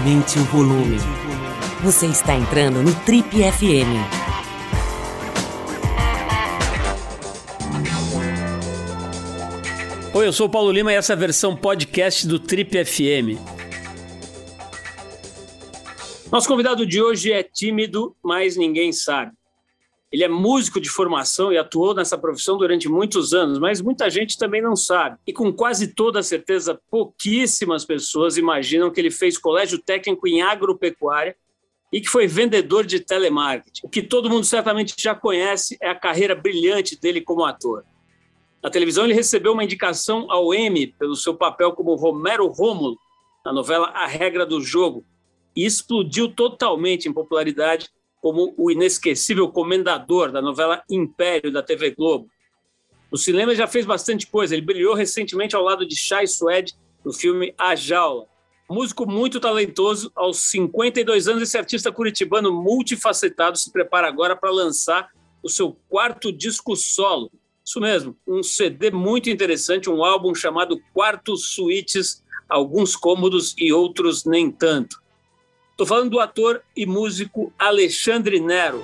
Aumente o volume. Você está entrando no Trip FM. Oi, eu sou o Paulo Lima e essa é a versão podcast do Trip FM. Nosso convidado de hoje é tímido, mas ninguém sabe. Ele é músico de formação e atuou nessa profissão durante muitos anos, mas muita gente também não sabe. E com quase toda certeza, pouquíssimas pessoas imaginam que ele fez colégio técnico em agropecuária e que foi vendedor de telemarketing. O que todo mundo certamente já conhece é a carreira brilhante dele como ator. Na televisão, ele recebeu uma indicação ao Emmy pelo seu papel como Romero Rômulo na novela A Regra do Jogo e explodiu totalmente em popularidade como o inesquecível comendador da novela Império da TV Globo. No cinema ele já fez bastante coisa. Ele brilhou recentemente ao lado de Chay Suede no filme A Jaula. Músico muito talentoso, aos 52 anos, esse artista curitibano multifacetado se prepara agora para lançar o seu quarto disco solo. Isso mesmo, um CD muito interessante, um álbum chamado Quartos Suítes, alguns cômodos e outros nem tanto. Estou falando do ator e músico Alexandre Nero.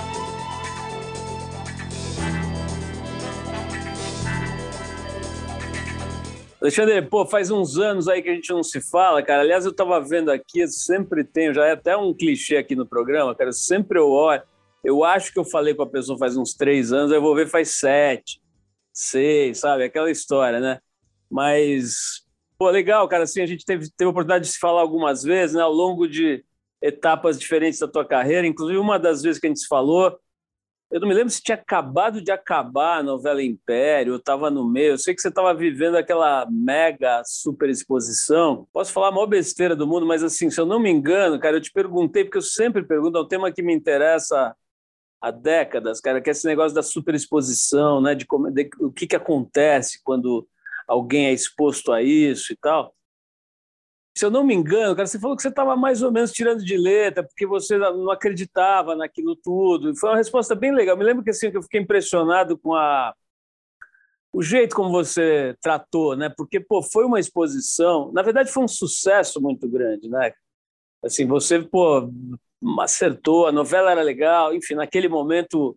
Alexandre, faz uns anos aí que a gente não se fala, cara. Aliás, eu estava vendo aqui, eu sempre tenho, já é até um clichê aqui no programa, cara, sempre eu olho, eu acho que eu falei com a pessoa faz uns 3 anos, aí eu vou ver faz 7, 6, sabe? Aquela história, né? Mas... legal, cara, assim, a gente teve a oportunidade de se falar algumas vezes, né, ao longo de etapas diferentes da tua carreira, inclusive uma das vezes que a gente se falou, eu não me lembro se tinha acabado de acabar a novela Império, eu estava no meio, eu sei que você estava vivendo aquela mega super exposição, posso falar a maior besteira do mundo, mas assim, se eu não me engano, cara, eu te perguntei, porque eu sempre pergunto, é um tema que me interessa há décadas, cara, que é esse negócio da super exposição, né, de o que acontece quando alguém é exposto a isso e tal. Se eu não me engano, cara, você falou que você estava mais ou menos tirando de letra, porque você não acreditava naquilo tudo. E foi uma resposta bem legal. Me lembro que, assim, que eu fiquei impressionado com o jeito como você tratou, né? Porque, foi uma exposição... Na verdade, foi um sucesso muito grande, né? Assim, você, acertou, a novela era legal, enfim, naquele momento...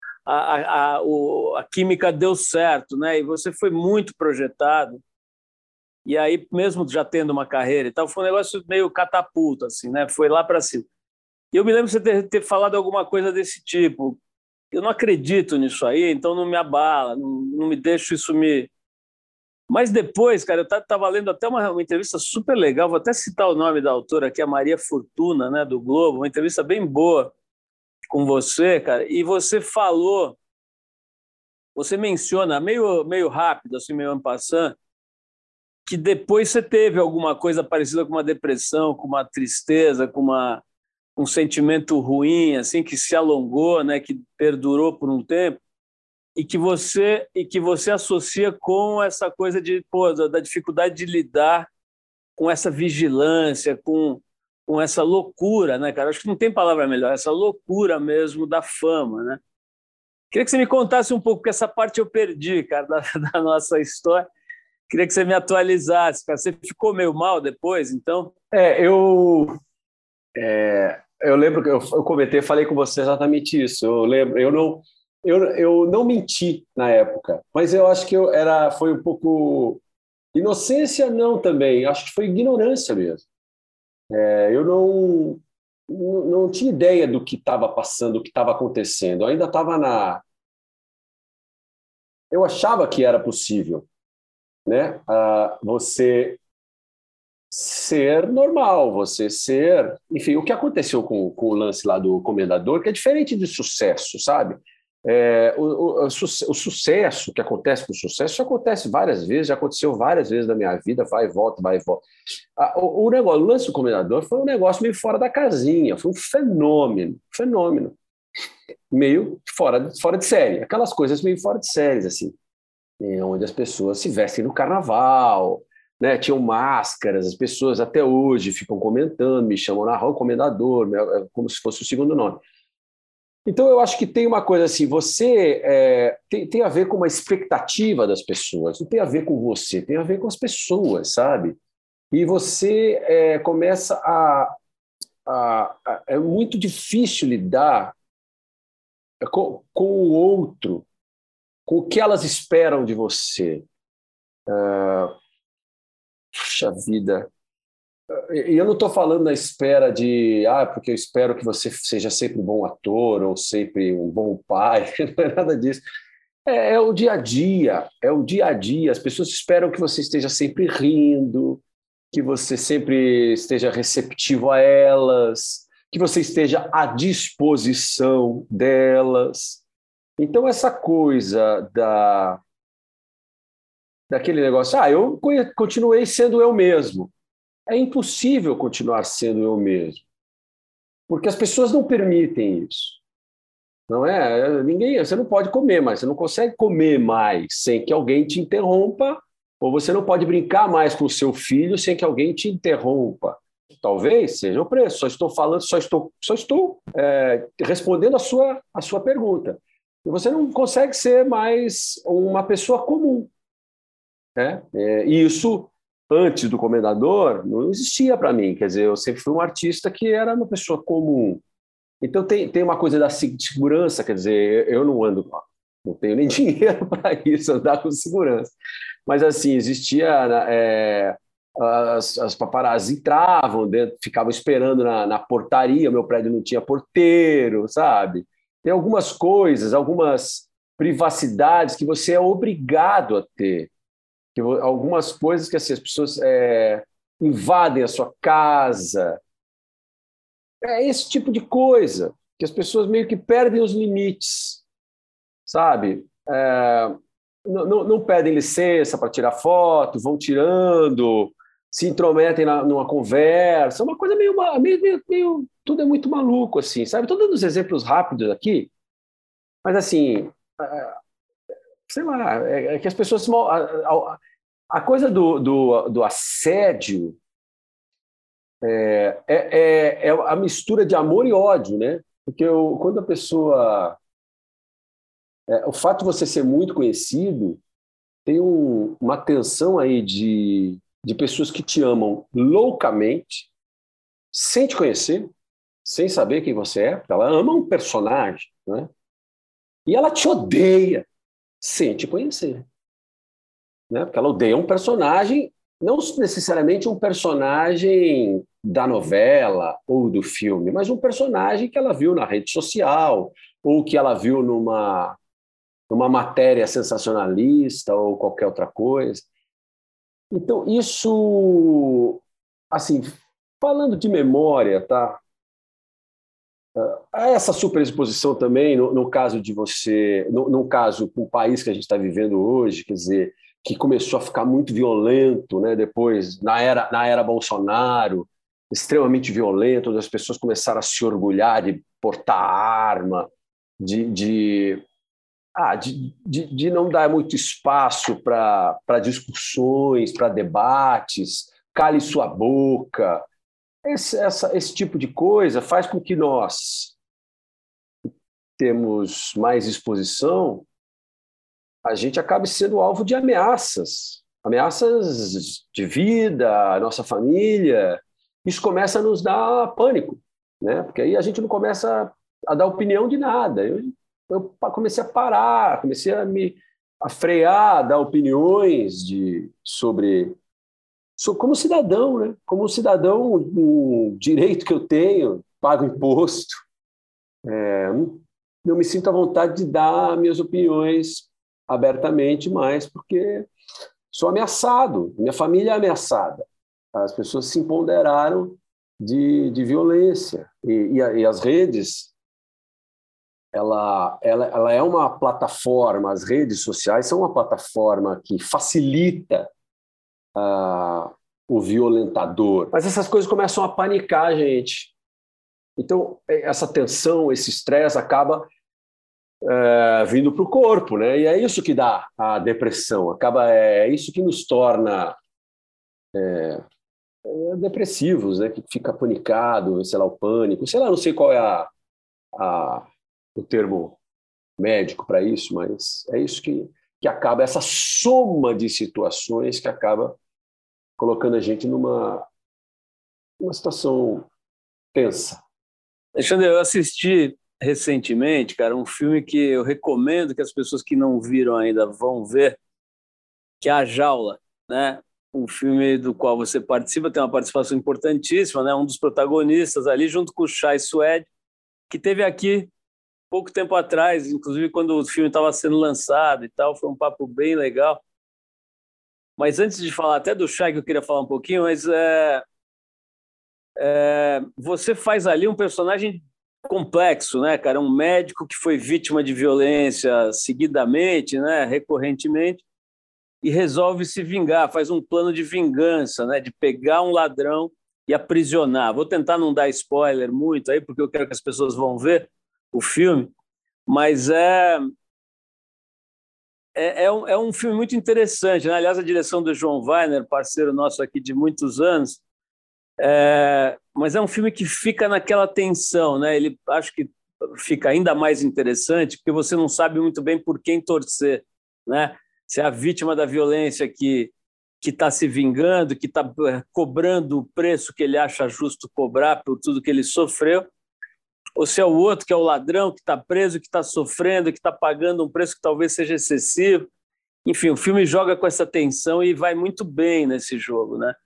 A química deu certo, né? E você foi muito projetado. E aí, mesmo já tendo uma carreira e tal, foi um negócio meio catapulta, assim, né? Foi lá para cima. E eu me lembro de você ter falado alguma coisa desse tipo. Eu não acredito nisso aí, então não me abala, não me deixo isso me... Mas depois, cara, eu estava lendo até uma entrevista super legal, vou até citar o nome da autora aqui, a Maria Fortuna, né, do Globo, uma entrevista bem boa com você, cara, e você falou, você menciona, meio rápido, assim, meio en passant, que depois você teve alguma coisa parecida com uma depressão, com uma tristeza, com um sentimento ruim, assim, que se alongou, né, que perdurou por um tempo, e que você associa com essa coisa da dificuldade de lidar com essa vigilância, com essa loucura, né, cara? Acho que não tem palavra melhor, essa loucura mesmo da fama, né? Queria que você me contasse um pouco, porque essa parte eu perdi, cara, da nossa história. Queria que você me atualizasse, cara. Você ficou meio mal depois, então? Eu lembro que eu comentei, falei com você exatamente isso. Eu lembro, eu não menti na época, mas eu acho que foi um pouco inocência, não também. Acho que foi ignorância mesmo. Eu não tinha ideia do que estava passando, do que estava acontecendo. Eu ainda estava eu achava que era possível, né? Você ser normal, você ser... Enfim, o que aconteceu com o lance lá do Comendador, que é diferente de sucesso, sabe? O sucesso, que acontece com o sucesso, isso acontece várias vezes, já aconteceu várias vezes na minha vida, vai e volta, vai e volta. O lance do Comendador foi um negócio meio fora da casinha, foi um fenômeno, meio fora de série, aquelas coisas meio fora de séries, assim, onde as pessoas se vestem no carnaval, né? Tinham máscaras, as pessoas até hoje ficam comentando, me chamam na rua Comendador, como se fosse o segundo nome. Então, eu acho que tem uma coisa assim, tem a ver com uma expectativa das pessoas, não tem a ver com você, tem a ver com as pessoas, sabe? e você começa é muito difícil lidar com o outro, com o que elas esperam de você. Puxa vida. E eu não estou falando na espera de, porque eu espero que você seja sempre um bom ator ou sempre um bom pai, não é nada disso. É o dia a dia, é o dia a dia. As pessoas esperam que você esteja sempre rindo, que você sempre esteja receptivo a elas, que você esteja à disposição delas. Então, essa coisa daquele negócio, eu continuei sendo eu mesmo. É impossível continuar sendo eu mesmo, porque as pessoas não permitem isso. Não é? Você não pode comer mais, você não consegue comer mais sem que alguém te interrompa, ou você não pode brincar mais com o seu filho sem que alguém te interrompa. Talvez seja o preço. Só estou respondendo a sua pergunta. E você não consegue ser mais uma pessoa comum. E isso, antes do Comendador, não existia para mim. Quer dizer, eu sempre fui um artista que era uma pessoa comum. Então tem uma coisa da segurança, quer dizer, eu não tenho nem dinheiro para isso, andar com segurança. Mas assim, existia as paparazzi entravam dentro, ficavam esperando na portaria, meu prédio não tinha porteiro, sabe? Tem algumas coisas, algumas privacidades que você é obrigado a ter. Algumas coisas que assim, as pessoas invadem a sua casa. É esse tipo de coisa, que as pessoas meio que perdem os limites, sabe? Não pedem licença para tirar foto, vão tirando, se intrometem numa conversa, uma coisa meio tudo é muito maluco, assim, sabe? Estou dando uns exemplos rápidos aqui, mas assim, sei lá, é que as pessoas... A coisa do assédio é a mistura de amor e ódio, né? Porque quando a pessoa... o fato de você ser muito conhecido tem uma tensão aí de pessoas que te amam loucamente, sem te conhecer, sem saber quem você é, porque ela ama um personagem, né? E ela te odeia sem te conhecer, né? Porque ela odeia um personagem, não necessariamente um personagem da novela ou do filme, mas um personagem que ela viu na rede social ou que ela viu numa matéria sensacionalista ou qualquer outra coisa. Então, isso, assim, falando de memória, tá? Há essa superexposição também, no caso de você, no caso, o país que a gente está vivendo hoje, quer dizer, que começou a ficar muito violento, né? Depois, na era Bolsonaro, extremamente violento, onde as pessoas começaram a se orgulhar de portar arma, de não dar muito espaço para discussões, para debates, cale sua boca. Esse tipo de coisa faz com que nós temos mais exposição, a gente acabe sendo alvo de ameaças de vida, a nossa família. Isso começa a nos dar pânico, né? Porque aí a gente não começa a dar opinião de nada. Eu comecei a parar, comecei a frear, a dar opiniões sobre como cidadão, né? Como cidadão, um direito que eu tenho, pago imposto. Não me sinto à vontade de dar minhas opiniões abertamente mais, porque sou ameaçado, minha família é ameaçada. As pessoas se empoderaram de violência. E as redes... Ela é uma plataforma, as redes sociais são uma plataforma que facilita o violentador. Mas essas coisas começam a panicar a gente. Então, essa tensão, esse estresse acaba vindo para o corpo, né? E é isso que dá a depressão. É isso que nos torna depressivos, né? Que fica panicado, sei lá, o pânico. Sei lá, não sei qual é o termo médico para isso, mas é isso que acaba, essa soma de situações que acaba colocando a gente numa situação tensa. Alexandre, eu assisti recentemente, cara, um filme que eu recomendo que as pessoas que não viram ainda vão ver, que é A Jaula, né? Um filme do qual você participa, tem uma participação importantíssima, né? Um dos protagonistas ali, junto com o Chai Suede, que teve aqui pouco tempo atrás, inclusive quando o filme estava sendo lançado e tal, foi um papo bem legal. Mas antes de falar até do Chai, que eu queria falar um pouquinho, mas você faz ali um personagem complexo, né, cara? Um médico que foi vítima de violência seguidamente, né, recorrentemente, e resolve se vingar, faz um plano de vingança, né, de pegar um ladrão e aprisionar. Vou tentar não dar spoiler muito aí, porque eu quero que as pessoas vão ver o filme, mas é um filme muito interessante, né? Aliás, a direção do João Weiner, parceiro nosso aqui de muitos anos, mas é um filme que fica naquela tensão, né? Ele acho que fica ainda mais interessante porque você não sabe muito bem por quem torcer, né? Se é a vítima da violência que está se vingando, que está cobrando o preço que ele acha justo cobrar por tudo que ele sofreu, ou se é o outro que é o ladrão que está preso, que está sofrendo, que está pagando um preço que talvez seja excessivo. Enfim, o filme joga com essa tensão e vai muito bem nesse jogo, né?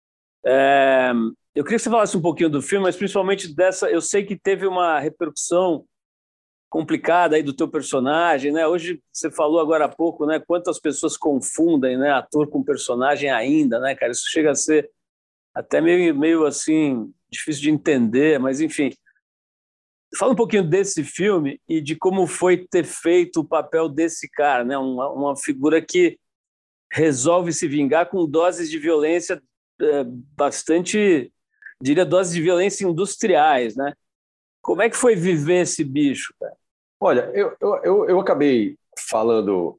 Eu queria que você falasse um pouquinho do filme, mas principalmente dessa. Eu sei que teve uma repercussão complicada aí do teu personagem, né? Hoje você falou agora há pouco, né? Quantas pessoas confundem, né? Ator com personagem ainda, né, cara? Isso chega a ser até meio assim difícil de entender, mas enfim. Fala um pouquinho desse filme e de como foi ter feito o papel desse cara, né? Uma figura que resolve se vingar com doses de violência bastante, diria, doses de violência industriais, né? Como é que foi viver esse bicho, cara? Olha, eu acabei falando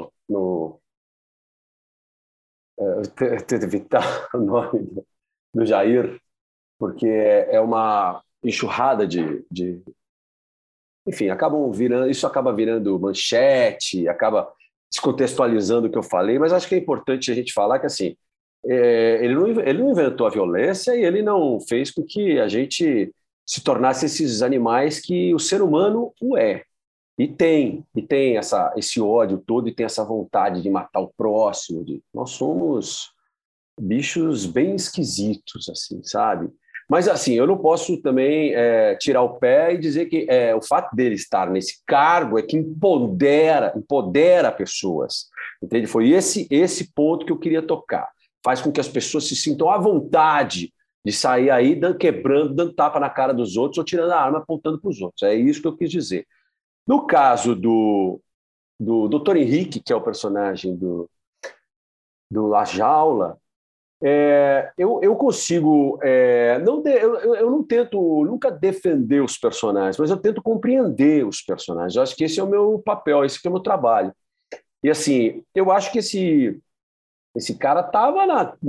tento evitar o nome do Jair, porque é uma enxurrada enfim, isso acaba virando manchete, acaba descontextualizando o que eu falei, mas acho que é importante a gente falar que assim, ele não inventou a violência e ele não fez com que a gente se tornasse esses animais que o ser humano o é. E tem esse ódio todo e tem essa vontade de matar o próximo. Nós somos bichos bem esquisitos, assim, sabe? Mas, assim, eu não posso também tirar o pé e dizer que o fato dele estar nesse cargo é que empodera pessoas, entende? Foi esse ponto que eu queria tocar. Faz com que as pessoas se sintam à vontade de sair aí quebrando, dando tapa na cara dos outros ou tirando a arma apontando para os outros. É isso que eu quis dizer. No caso do Dr. Henrique, que é o personagem do La Jaula, eu consigo... eu não tento nunca defender os personagens, mas eu tento compreender os personagens. Eu acho que esse é o meu papel, esse é o meu trabalho. E, assim, eu acho que esse cara estava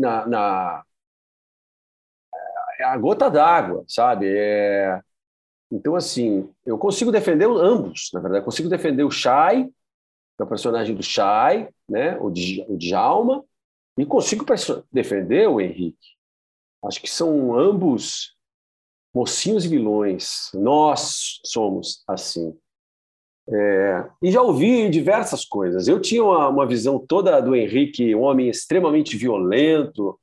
a gota d'água, sabe? Então, assim, eu consigo defender ambos, na verdade. Eu consigo defender o Chai, que é o personagem do Chai, né? o Djalma, e consigo defender o Henrique. Acho que são ambos mocinhos e vilões. Nós somos assim. E já ouvi diversas coisas. Eu tinha uma visão toda do Henrique, um homem extremamente violento,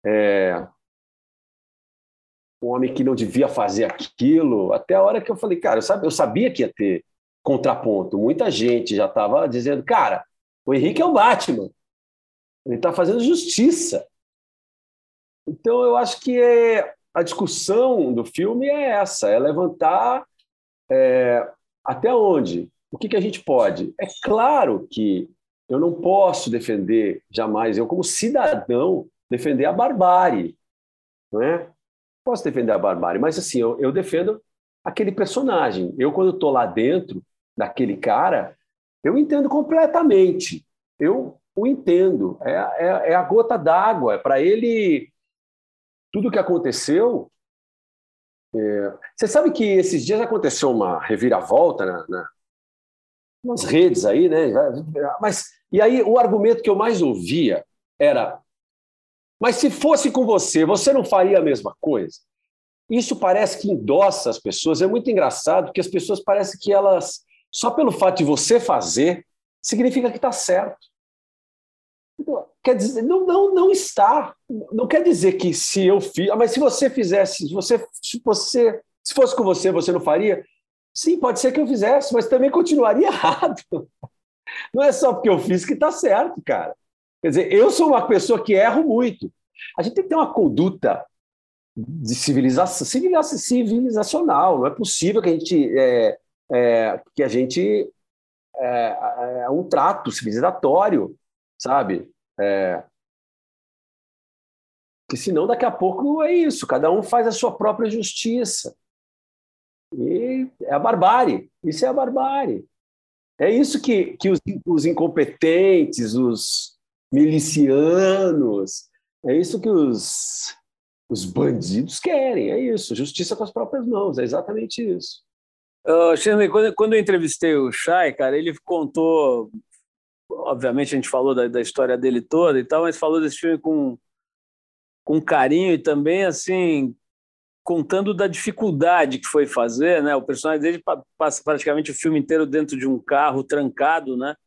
um homem que não devia fazer aquilo, até a hora que eu falei, cara, eu sabia que ia ter contraponto. Muita gente já estava dizendo, cara, o Henrique é o Batman, ele está fazendo justiça. Então, eu acho que a discussão do filme é essa, é levantar até onde, o que a gente pode. É claro que eu não posso defender jamais, eu como cidadão, defender a barbárie, não é? Posso defender a barbárie, mas assim, eu defendo aquele personagem. Eu, quando estou lá dentro daquele cara, eu entendo completamente. Eu o entendo. É a gota d'água. Para ele, tudo o que aconteceu... Você sabe que esses dias aconteceu uma reviravolta nas redes aí, né? E aí o argumento que eu mais ouvia era Mas se fosse com você, você não faria a mesma coisa? Isso parece que endossa as pessoas. É muito engraçado, porque as pessoas parecem que elas, só pelo fato de você fazer, significa que está certo. Quer dizer, não está. Não quer dizer que se eu fiz. Mas se você fizesse, se fosse com você, você não faria? Sim, pode ser que eu fizesse, mas também continuaria errado. Não é só porque eu fiz que está certo, cara. Quer dizer, eu sou uma pessoa que erro muito. A gente tem que ter uma conduta de civilizacional. Não é possível que a gente um trato civilizatório, sabe? Que senão daqui a pouco é isso, cada um faz a sua própria justiça. E é a barbárie, isso é a barbárie. É isso que os incompetentes, os milicianos, é isso que os bandidos querem, é isso, justiça com as próprias mãos, é exatamente isso. Xandre, quando eu entrevistei o Chay, cara, ele contou, obviamente a gente falou da história dele toda e tal, mas falou desse filme com carinho e também, assim, contando da dificuldade que foi fazer, né? O personagem dele passa praticamente o filme inteiro dentro de um carro trancado, né?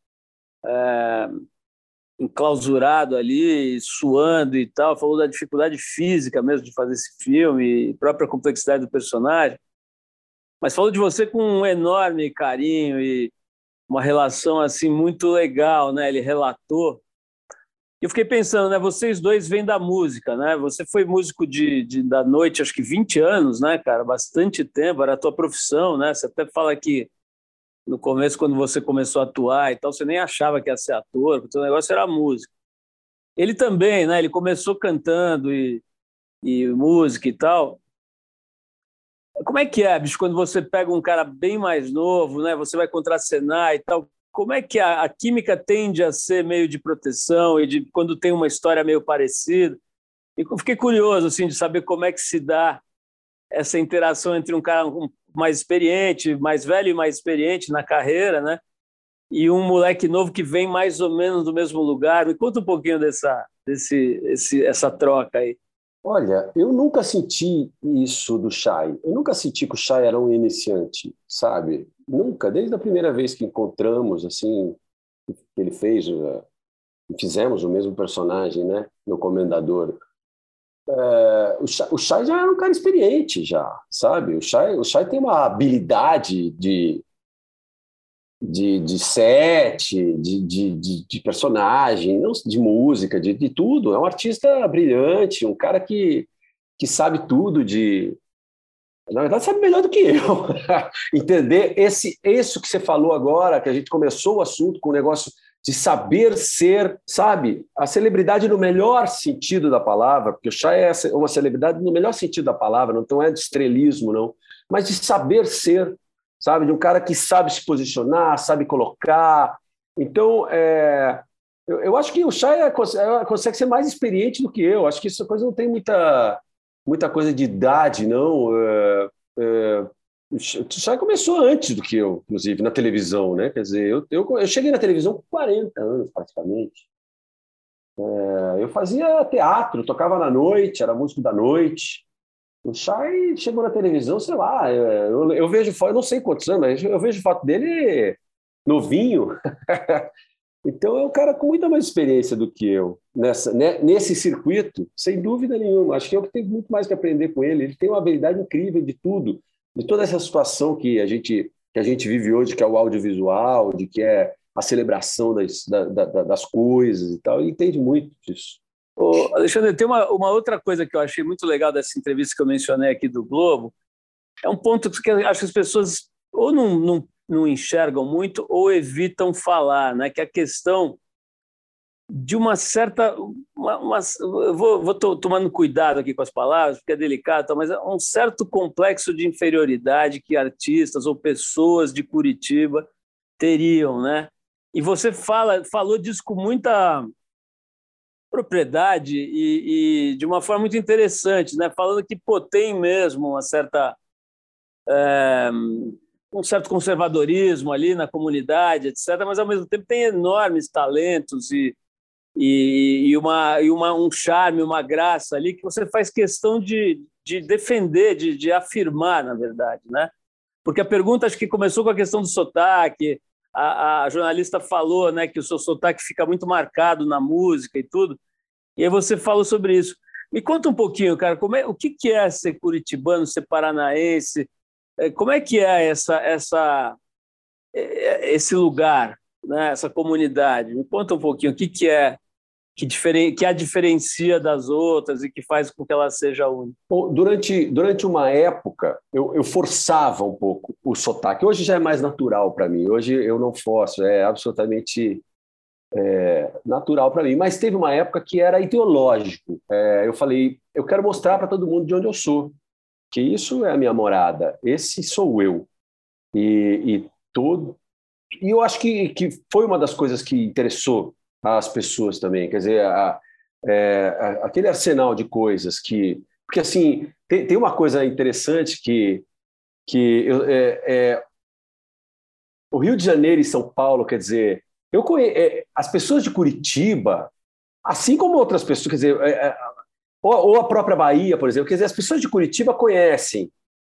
Enclausurado ali, suando e tal. Falou da dificuldade física mesmo de fazer esse filme, e própria complexidade do personagem. Mas falou de você com um enorme carinho e uma relação assim muito legal, né? Ele relatou. Eu fiquei pensando, né? Vocês dois vêm da música, né? Você foi músico da noite, acho que 20 anos, né, cara? Bastante tempo, era a tua profissão, né? Você até fala que no começo, quando você começou a atuar e tal, você nem achava que ia ser ator, porque o teu negócio era música. Ele também, né? Ele começou cantando e música e tal. Como é que é, bicho, quando você pega um cara bem mais novo, né? Você vai contracenar e tal. Como é que a química tende a ser meio de proteção e de quando tem uma história meio parecida? E eu fiquei curioso assim de saber como é que se dá essa interação entre um cara mais experiente, mais velho e mais experiente na carreira, né? E um moleque novo que vem mais ou menos do mesmo lugar. Me conta um pouquinho essa troca aí. Olha, eu nunca senti isso do Chay. Eu nunca senti que o Chay era um iniciante, sabe? Nunca, desde a primeira vez que encontramos, assim, que ele fizemos o mesmo personagem, né, no Comendador. O Chay já era um cara experiente, já, sabe? O Chay tem uma habilidade de set, de personagem, não, de música, de tudo. É um artista brilhante, um cara que sabe tudo Na verdade, sabe melhor do que eu. Entender isso que você falou agora, que a gente começou o assunto com o negócio de saber ser, sabe? A celebridade no melhor sentido da palavra, porque o Chay é uma celebridade no melhor sentido da palavra, não é de estrelismo, não, mas de saber ser, sabe? De um cara que sabe se posicionar, sabe colocar. Então, eu acho que o Chay consegue ser mais experiente do que eu. Acho que essa coisa não tem muita coisa de idade, não. O Chay começou antes do que eu, inclusive, na televisão, né? Quer dizer, eu cheguei na televisão com 40 anos, praticamente. Eu fazia teatro, tocava na noite, era músico da noite. O Chay chegou na televisão, sei lá, eu vejo foto, eu não sei quantos anos, mas eu vejo foto dele novinho. Então é um cara com muita mais experiência do que eu nesse circuito, sem dúvida nenhuma. Acho que eu tenho muito mais que aprender com ele. Ele tem uma habilidade incrível de tudo, de toda essa situação que a gente vive hoje, que é o audiovisual, de que é a celebração das coisas e tal. Ele entende muito disso. Ô, Alexandre, tem uma outra coisa que eu achei muito legal dessa entrevista que eu mencionei aqui do Globo. É um ponto que eu acho que as pessoas ou não enxergam muito ou evitam falar, né? Que é a questão de uma certa... eu vou tomando cuidado aqui com as palavras, porque é delicado, mas é um certo complexo de inferioridade que artistas ou pessoas de Curitiba teriam, né? E você falou disso com muita propriedade e de uma forma muito interessante, né? Falando que tem mesmo uma certa... um certo conservadorismo ali na comunidade, etc., mas, ao mesmo tempo, tem enormes talentos e um charme, uma graça ali que você faz questão de defender, de afirmar, na verdade, né? Porque a pergunta acho que começou com a questão do sotaque, a jornalista falou, né, que o seu sotaque fica muito marcado na música e tudo, e aí você falou sobre isso. Me conta um pouquinho, cara, o que é ser curitibano, ser paranaense, como é que é esse lugar, né, essa comunidade? Me conta um pouquinho o que é que a diferencia das outras e que faz com que ela seja única. Bom, durante uma época, eu forçava um pouco o sotaque. Hoje já é mais natural para mim. Hoje eu não forço, é absolutamente natural para mim. Mas teve uma época que era ideológico. Eu falei, eu quero mostrar para todo mundo de onde eu sou, que isso é a minha morada, esse sou eu. E eu acho que foi uma das coisas que interessou as pessoas também. Quer dizer, aquele arsenal de coisas que... Porque, assim, tem uma coisa interessante o Rio de Janeiro e São Paulo, quer dizer, as pessoas de Curitiba, assim como outras pessoas, quer dizer, ou a própria Bahia, por exemplo, quer dizer, as pessoas de Curitiba conhecem.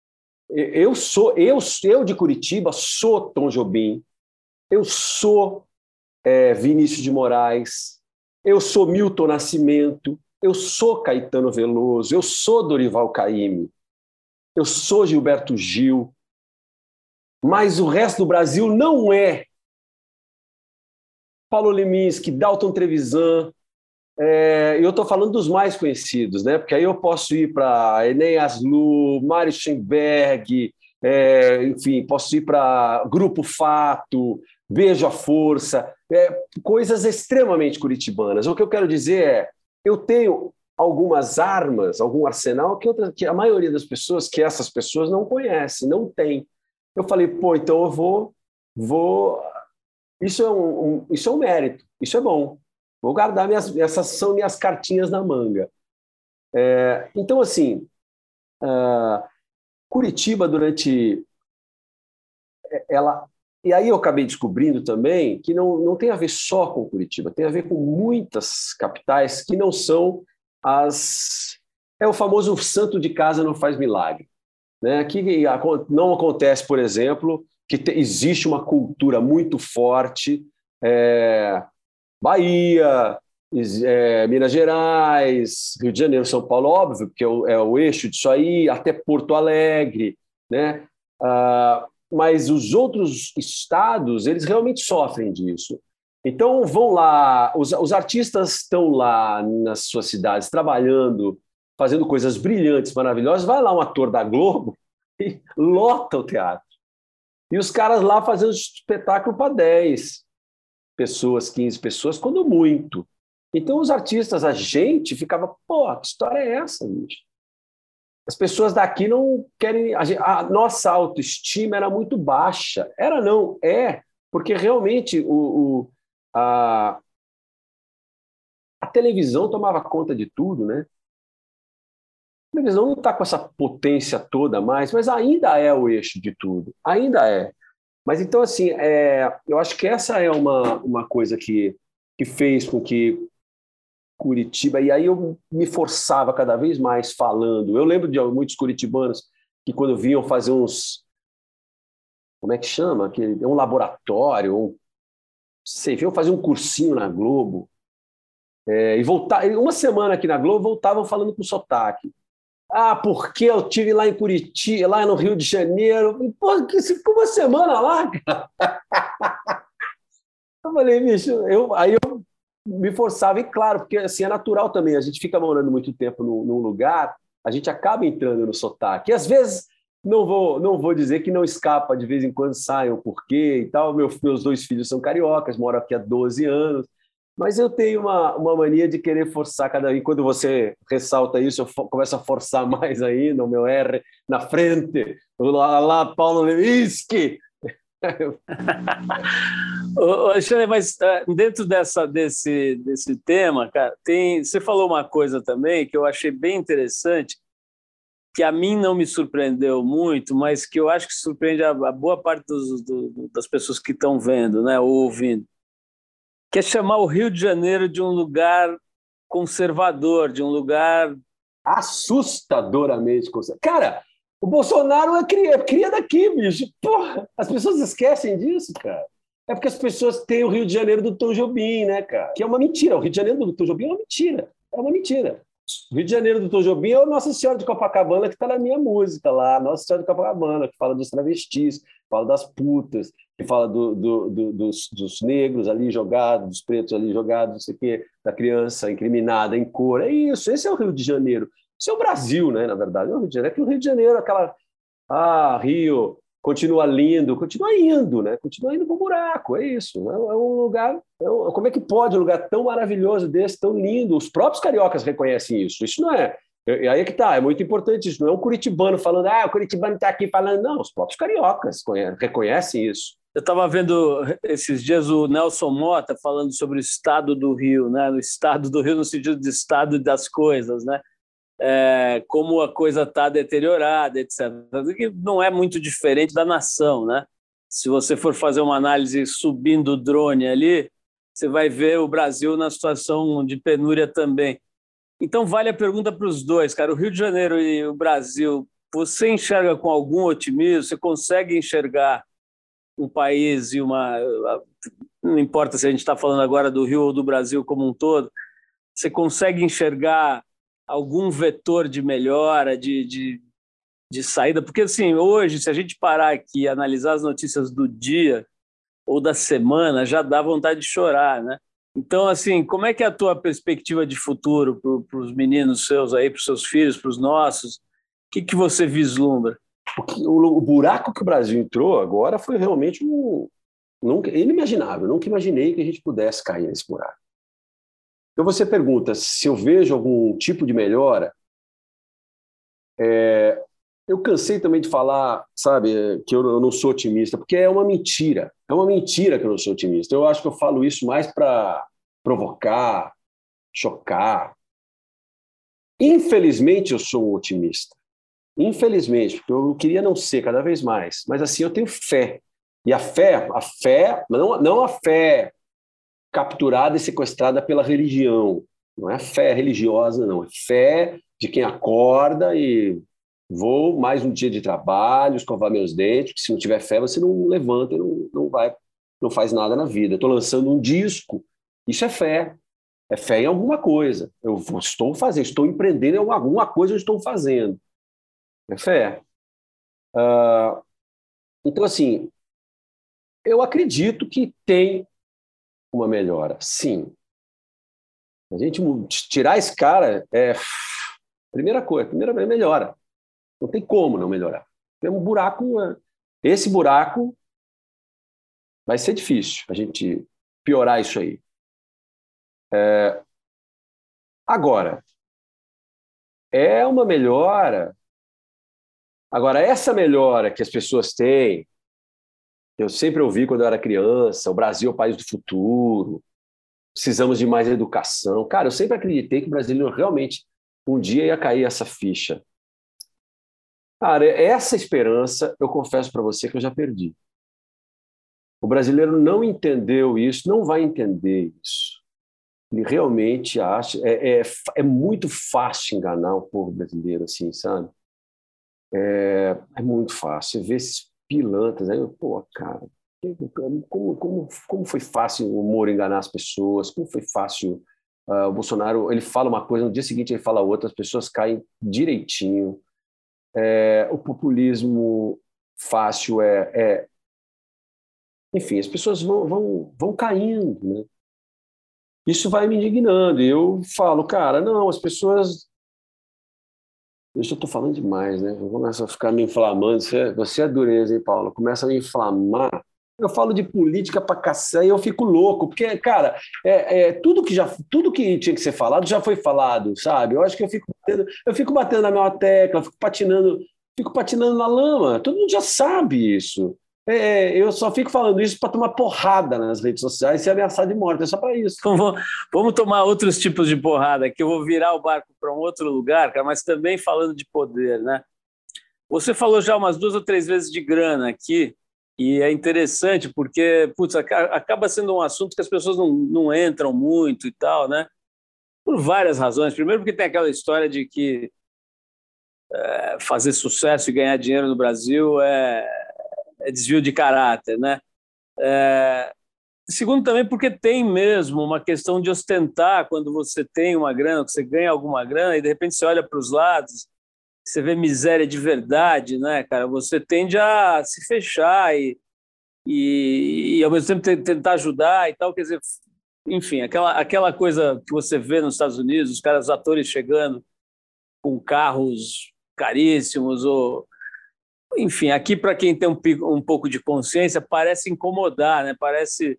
Eu de Curitiba sou Tom Jobim, eu sou Vinícius de Moraes, eu sou Milton Nascimento, eu sou Caetano Veloso, eu sou Dorival Caymmi, eu sou Gilberto Gil, mas o resto do Brasil não é. Paulo Leminski, Dalton Trevisan, eu estou falando dos mais conhecidos, né? Porque aí eu posso ir para Enéas Lu, Mário Schoenberg, enfim, posso ir para Grupo Fato, Beijo à Força, coisas extremamente curitibanas. O que eu quero dizer eu tenho algumas armas, algum arsenal que a maioria das pessoas, que essas pessoas não conhecem, não tem. Eu falei, pô, então eu vou... Isso é um mérito, isso é bom. Vou guardar essas são minhas cartinhas na manga. Então, assim, Curitiba ela... E aí eu acabei descobrindo também que não tem a ver só com Curitiba, tem a ver com muitas capitais que não são É o famoso santo de casa não faz milagre, né? Que não acontece, por exemplo, que existe uma cultura muito forte, Bahia, Minas Gerais, Rio de Janeiro, São Paulo, óbvio, porque é o eixo disso aí, até Porto Alegre, né? Mas os outros estados, eles realmente sofrem disso. Então, vão lá, os artistas estão lá nas suas cidades trabalhando, fazendo coisas brilhantes, maravilhosas. Vai lá um ator da Globo e lota o teatro. E os caras lá fazendo espetáculo para 10 pessoas, 15 pessoas, quando muito. Então, os artistas, a gente ficava, pô, que história é essa, bicho? As pessoas daqui não querem... A nossa autoestima era muito baixa. Era não, porque realmente a televisão tomava conta de tudo, né? A televisão não está com essa potência toda mais, mas ainda é o eixo de tudo, ainda é. Mas então, assim, eu acho que essa é uma coisa que fez com que Curitiba, e aí eu me forçava cada vez mais falando. Eu lembro de muitos curitibanos que quando vinham fazer como é que chama? Um laboratório, sei, vinham fazer um cursinho na Globo, e voltar, uma semana aqui na Globo, voltavam falando com sotaque. Porque eu estive lá em Curitiba, lá no Rio de Janeiro. Pô, você ficou uma semana lá, cara? Eu falei, bicho, aí eu me forçava, e claro, porque assim, é natural também, a gente fica morando muito tempo num lugar, a gente acaba entrando no sotaque. E às vezes, não vou dizer que não escapa, de vez em quando saem o porquê e tal. Meus 2 filhos são cariocas, moram aqui há 12 anos, mas eu tenho uma mania de querer forçar cada vez. Quando você ressalta isso, eu começo a forçar mais ainda, o meu R na frente. Lá, Paulo Leminski. Alexandre, mas dentro desse tema, cara, você falou uma coisa também que eu achei bem interessante, que a mim não me surpreendeu muito, mas que eu acho que surpreende a boa parte das pessoas que estão vendo, né, ou ouvindo, que é chamar o Rio de Janeiro de um lugar conservador, de um lugar assustadoramente conservador. Cara, o Bolsonaro é cria daqui, bicho. Porra, as pessoas esquecem disso, cara. É porque as pessoas têm o Rio de Janeiro do Tom Jobim, né, cara? Que é uma mentira. O Rio de Janeiro do Tom Jobim é uma mentira. É uma mentira. O Rio de Janeiro do Tom Jobim é o Nossa Senhora de Copacabana, que está na minha música lá. Nossa Senhora de Copacabana, que fala dos travestis, que fala das putas, que fala dos negros ali jogados, dos pretos ali jogados, não sei o quê, da criança incriminada em cor. É isso, esse é o Rio de Janeiro. Isso é o Brasil, né, na verdade. É o Rio de Janeiro. É que o Rio de Janeiro, aquela... Rio, continua lindo, continua indo, né? Continua indo para o buraco, é isso. É um lugar... como é que pode um lugar tão maravilhoso desse, tão lindo? Os próprios cariocas reconhecem isso. Isso não é... E aí é que tá, é muito importante isso. Não é um curitibano falando, o curitibano está aqui falando. Não, os próprios cariocas reconhecem isso. Eu estava vendo esses dias o Nelson Motta falando sobre o estado do Rio, né? O estado do Rio no sentido de estado das coisas, né? Como a coisa está deteriorada, etc. Que não é muito diferente da nação, né? Se você for fazer uma análise subindo o drone ali, você vai ver o Brasil na situação de penúria também. Então vale a pergunta para os dois, cara. O Rio de Janeiro e o Brasil, você enxerga com algum otimismo? Você consegue enxergar um país e uma... Não importa se a gente está falando agora do Rio ou do Brasil como um todo, você consegue enxergar algum vetor de melhora, de saída? Porque, assim, hoje, se a gente parar aqui e analisar as notícias do dia ou da semana, já dá vontade de chorar, né? Então, assim, como é que é a tua perspectiva de futuro para os meninos seus aí, para os seus filhos, para os nossos? O que você vislumbra? O buraco que o Brasil entrou agora foi realmente inimaginável. Eu nunca imaginei que a gente pudesse cair nesse buraco. Então você pergunta se eu vejo algum tipo de melhora. Eu cansei também de falar, sabe, que eu não sou otimista, porque é uma mentira. É uma mentira que eu não sou otimista. Eu acho que eu falo isso mais para provocar, chocar. Infelizmente eu sou um otimista. Infelizmente, porque eu queria não ser cada vez mais. Mas assim, eu tenho fé. E a fé, não a fé capturada e sequestrada pela religião. Não é fé religiosa, não. É fé de quem acorda e vou mais um dia de trabalho, escovar meus dentes, porque se não tiver fé, você não levanta, não faz nada na vida. Estou lançando um disco. Isso é fé. É fé em alguma coisa. Eu estou empreendendo em alguma coisa, eu estou fazendo. É fé. Então, assim, eu acredito que tem uma melhora, sim. A gente tirar esse cara primeira melhora. Não tem como não melhorar. Tem um buraco. Esse buraco vai ser difícil a gente piorar isso aí. Agora, é uma melhora. Agora, essa melhora que as pessoas têm, eu sempre ouvi quando eu era criança, o Brasil é o país do futuro, precisamos de mais educação. Cara, eu sempre acreditei que o brasileiro realmente um dia ia cair essa ficha. Cara, essa esperança, eu confesso para você que eu já perdi. O brasileiro não entendeu isso, não vai entender isso. Ele realmente acha... É muito fácil enganar o povo brasileiro, assim, sabe? É muito fácil. Você vê esses pilantras aí, pô, cara, como foi fácil o Moro enganar as pessoas, como foi fácil o Bolsonaro, ele fala uma coisa, no dia seguinte ele fala outra, as pessoas caem direitinho. O populismo fácil enfim, as pessoas vão caindo, né? Isso vai me indignando, e eu falo, cara, não, as pessoas... Eu já estou falando demais, né? Eu começo a ficar me inflamando. Você é dureza, hein, Paulo? Começa a me inflamar. Eu falo de política pra cacete e eu fico louco, porque, cara, tudo que tinha que ser falado já foi falado, sabe? Eu acho que eu fico batendo na minha tecla, eu fico patinando na lama. Todo mundo já sabe isso. Eu só fico falando isso para tomar porrada nas redes sociais e ser ameaçado de morte. É só para isso. Então, vamos tomar outros tipos de porrada, que eu vou virar o barco para um outro lugar, cara, mas também falando de poder, né? Você falou já umas 2 ou 3 vezes de grana aqui, E é interessante porque, putz, acaba sendo um assunto que as pessoas não entram muito e tal, né? Por várias razões. Primeiro porque tem aquela história de que fazer sucesso e ganhar dinheiro no Brasil é desvio de caráter, né? Segundo também porque tem mesmo uma questão de ostentar quando você tem uma grana, você ganha alguma grana e de repente você olha para os lados, você vê miséria de verdade, né, cara? Você tende a se fechar e ao mesmo tempo tentar ajudar e tal, quer dizer, enfim, aquela coisa que você vê nos Estados Unidos, os atores chegando com carros caríssimos, ou enfim, aqui para quem tem um pouco de consciência parece incomodar, né? Parece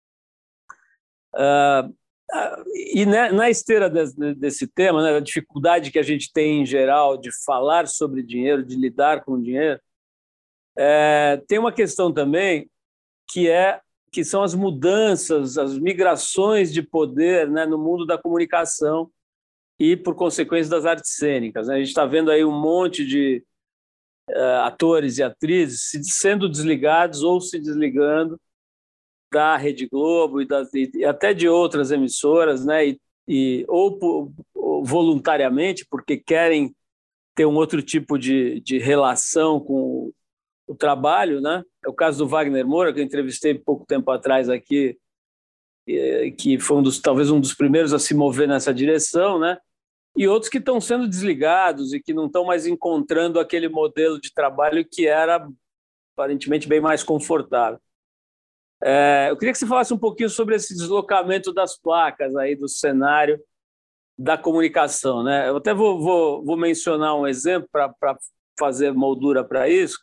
e na esteira desse tema, né, a dificuldade que a gente tem em geral de falar sobre dinheiro, de lidar com o dinheiro, tem uma questão também que são as mudanças, as migrações de poder, né, no mundo da comunicação e, por consequência, das artes cênicas, né? A gente está vendo aí um monte de atores e atrizes sendo desligados ou se desligando da Rede Globo e até de outras emissoras, né? Ou voluntariamente, porque querem ter um outro tipo de relação com o trabalho, né? É o caso do Wagner Moura, que eu entrevistei pouco tempo atrás aqui, que foi talvez um dos primeiros a se mover nessa direção, né? E outros que estão sendo desligados e que não estão mais encontrando aquele modelo de trabalho que era aparentemente bem mais confortável. Eu queria que você falasse um pouquinho sobre esse deslocamento das placas aí do cenário da comunicação, né? Eu até vou mencionar um exemplo para fazer moldura para isso.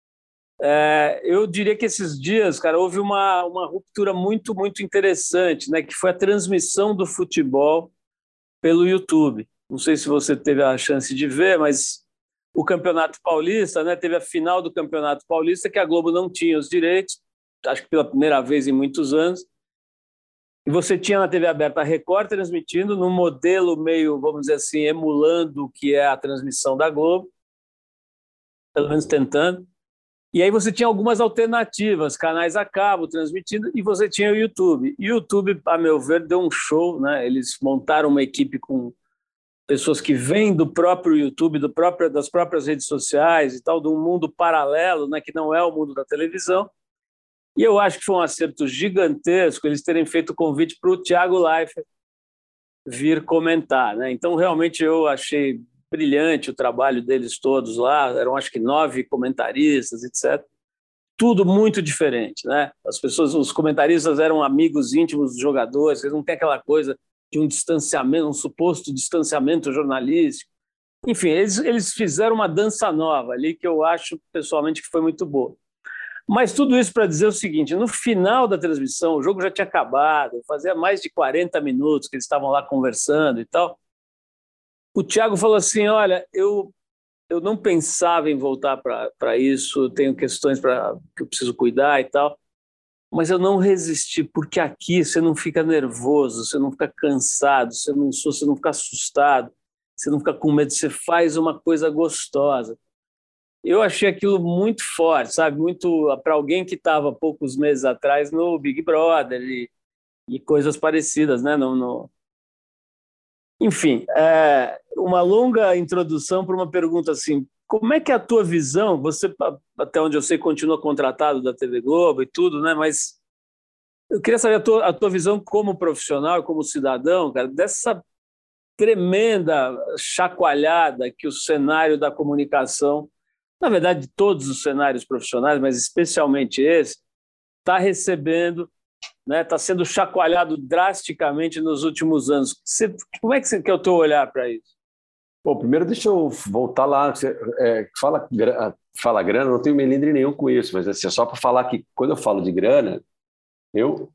Eu diria que esses dias, cara, houve uma ruptura muito, muito interessante, né? Que foi a transmissão do futebol pelo YouTube. Não sei se você teve a chance de ver, mas o Campeonato Paulista, né? Teve a final do Campeonato Paulista que a Globo não tinha os direitos, acho que pela primeira vez em muitos anos, e você tinha na TV aberta a Record transmitindo num modelo meio, vamos dizer assim, emulando o que é a transmissão da Globo, pelo menos tentando, e aí você tinha algumas alternativas, canais a cabo transmitindo, e você tinha o YouTube. E o YouTube, a meu ver, deu um show, né? Eles montaram uma equipe com pessoas que vêm do próprio YouTube, das próprias redes sociais e tal, de um mundo paralelo, né? Que não é o mundo da televisão. E eu acho que foi um acerto gigantesco eles terem feito o convite para o Thiago Leifert vir comentar, né? Então, realmente, eu achei brilhante o trabalho deles todos lá. Eram, acho que, 9 comentaristas, etc. Tudo muito diferente, né? Os comentaristas eram amigos íntimos dos jogadores, eles não têm aquela coisa de um distanciamento, um suposto distanciamento jornalístico. Enfim, eles fizeram uma dança nova ali que eu acho, pessoalmente, que foi muito boa. Mas tudo isso para dizer o seguinte, no final da transmissão, o jogo já tinha acabado, fazia mais de 40 minutos que eles estavam lá conversando e tal. O Thiago falou assim, olha, eu não pensava em voltar para isso, tenho questões que eu preciso cuidar e tal, mas eu não resisti, porque aqui você não fica nervoso, você não fica cansado, você não fica assustado, você não fica com medo, você faz uma coisa gostosa. Eu achei aquilo muito forte, sabe? Muito para alguém que estava poucos meses atrás no Big Brother e coisas parecidas, né? Enfim, uma longa introdução para uma pergunta assim: como é que é a tua visão? Você, até onde eu sei, continua contratado da TV Globo e tudo, né? Mas eu queria saber a tua visão como profissional, como cidadão, cara, dessa tremenda chacoalhada que o cenário da comunicação, na verdade, todos os cenários profissionais, mas especialmente esse, está recebendo, né, está sendo chacoalhado drasticamente nos últimos anos. Como é que é o teu olhar para isso? Bom, primeiro deixa eu voltar lá. Fala grana, não tenho melindre nenhum com isso, mas assim, só para falar que quando eu falo de grana, eu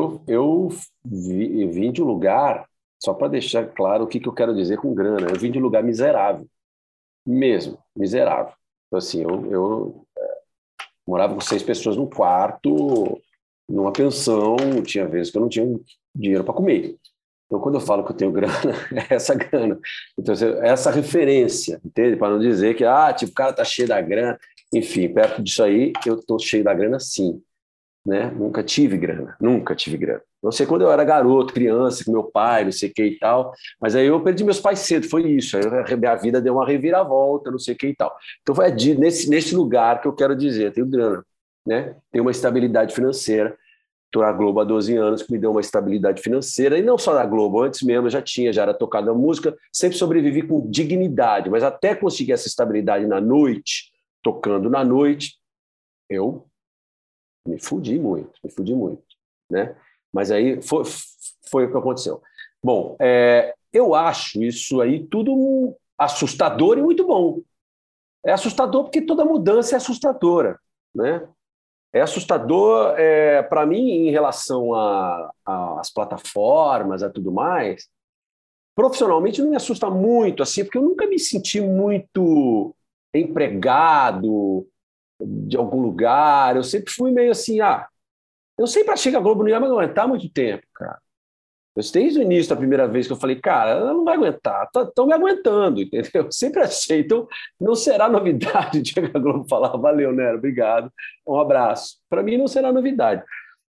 vim de um lugar, só para deixar claro o que eu quero dizer com grana, eu vim de um lugar miserável, mesmo, miserável. Então, assim, eu morava com 6 pessoas num quarto, numa pensão, tinha vezes que eu não tinha dinheiro para comer. Então, quando eu falo que eu tenho grana, é essa grana. Então, essa referência, entende? Para não dizer que, tipo, o cara tá cheio da grana. Enfim, perto disso aí, eu estou cheio da grana, sim. Né? Nunca tive grana. Não sei quando eu era garoto, criança, com meu pai, não sei o que e tal, mas aí eu perdi meus pais cedo, foi isso. Aí minha vida deu uma reviravolta, não sei o que e tal. Então foi nesse lugar que eu quero dizer, eu tenho grana, né? Tenho uma estabilidade financeira. Estou na Globo há 12 anos, que me deu uma estabilidade financeira, e não só na Globo, antes mesmo eu já era tocado na música, sempre sobrevivi com dignidade, mas até conseguir essa estabilidade na noite, tocando na noite, eu me fudi muito, né? Mas aí foi o que aconteceu. Bom, eu acho isso aí tudo assustador e muito bom. É assustador porque toda mudança é assustadora, né? É assustador para mim em relação às plataformas, a tudo mais. Profissionalmente não me assusta muito, assim, porque eu nunca me senti muito empregado de algum lugar. Eu sempre fui meio assim, eu sempre achei que a Globo não ia aguentar muito tempo, cara. Desde o início, da primeira vez que eu falei, cara, ela não vai aguentar, estão me aguentando, entendeu? Eu sempre achei. Então, não será novidade de a Globo falar, valeu, Nero, obrigado, um abraço. Para mim, não será novidade.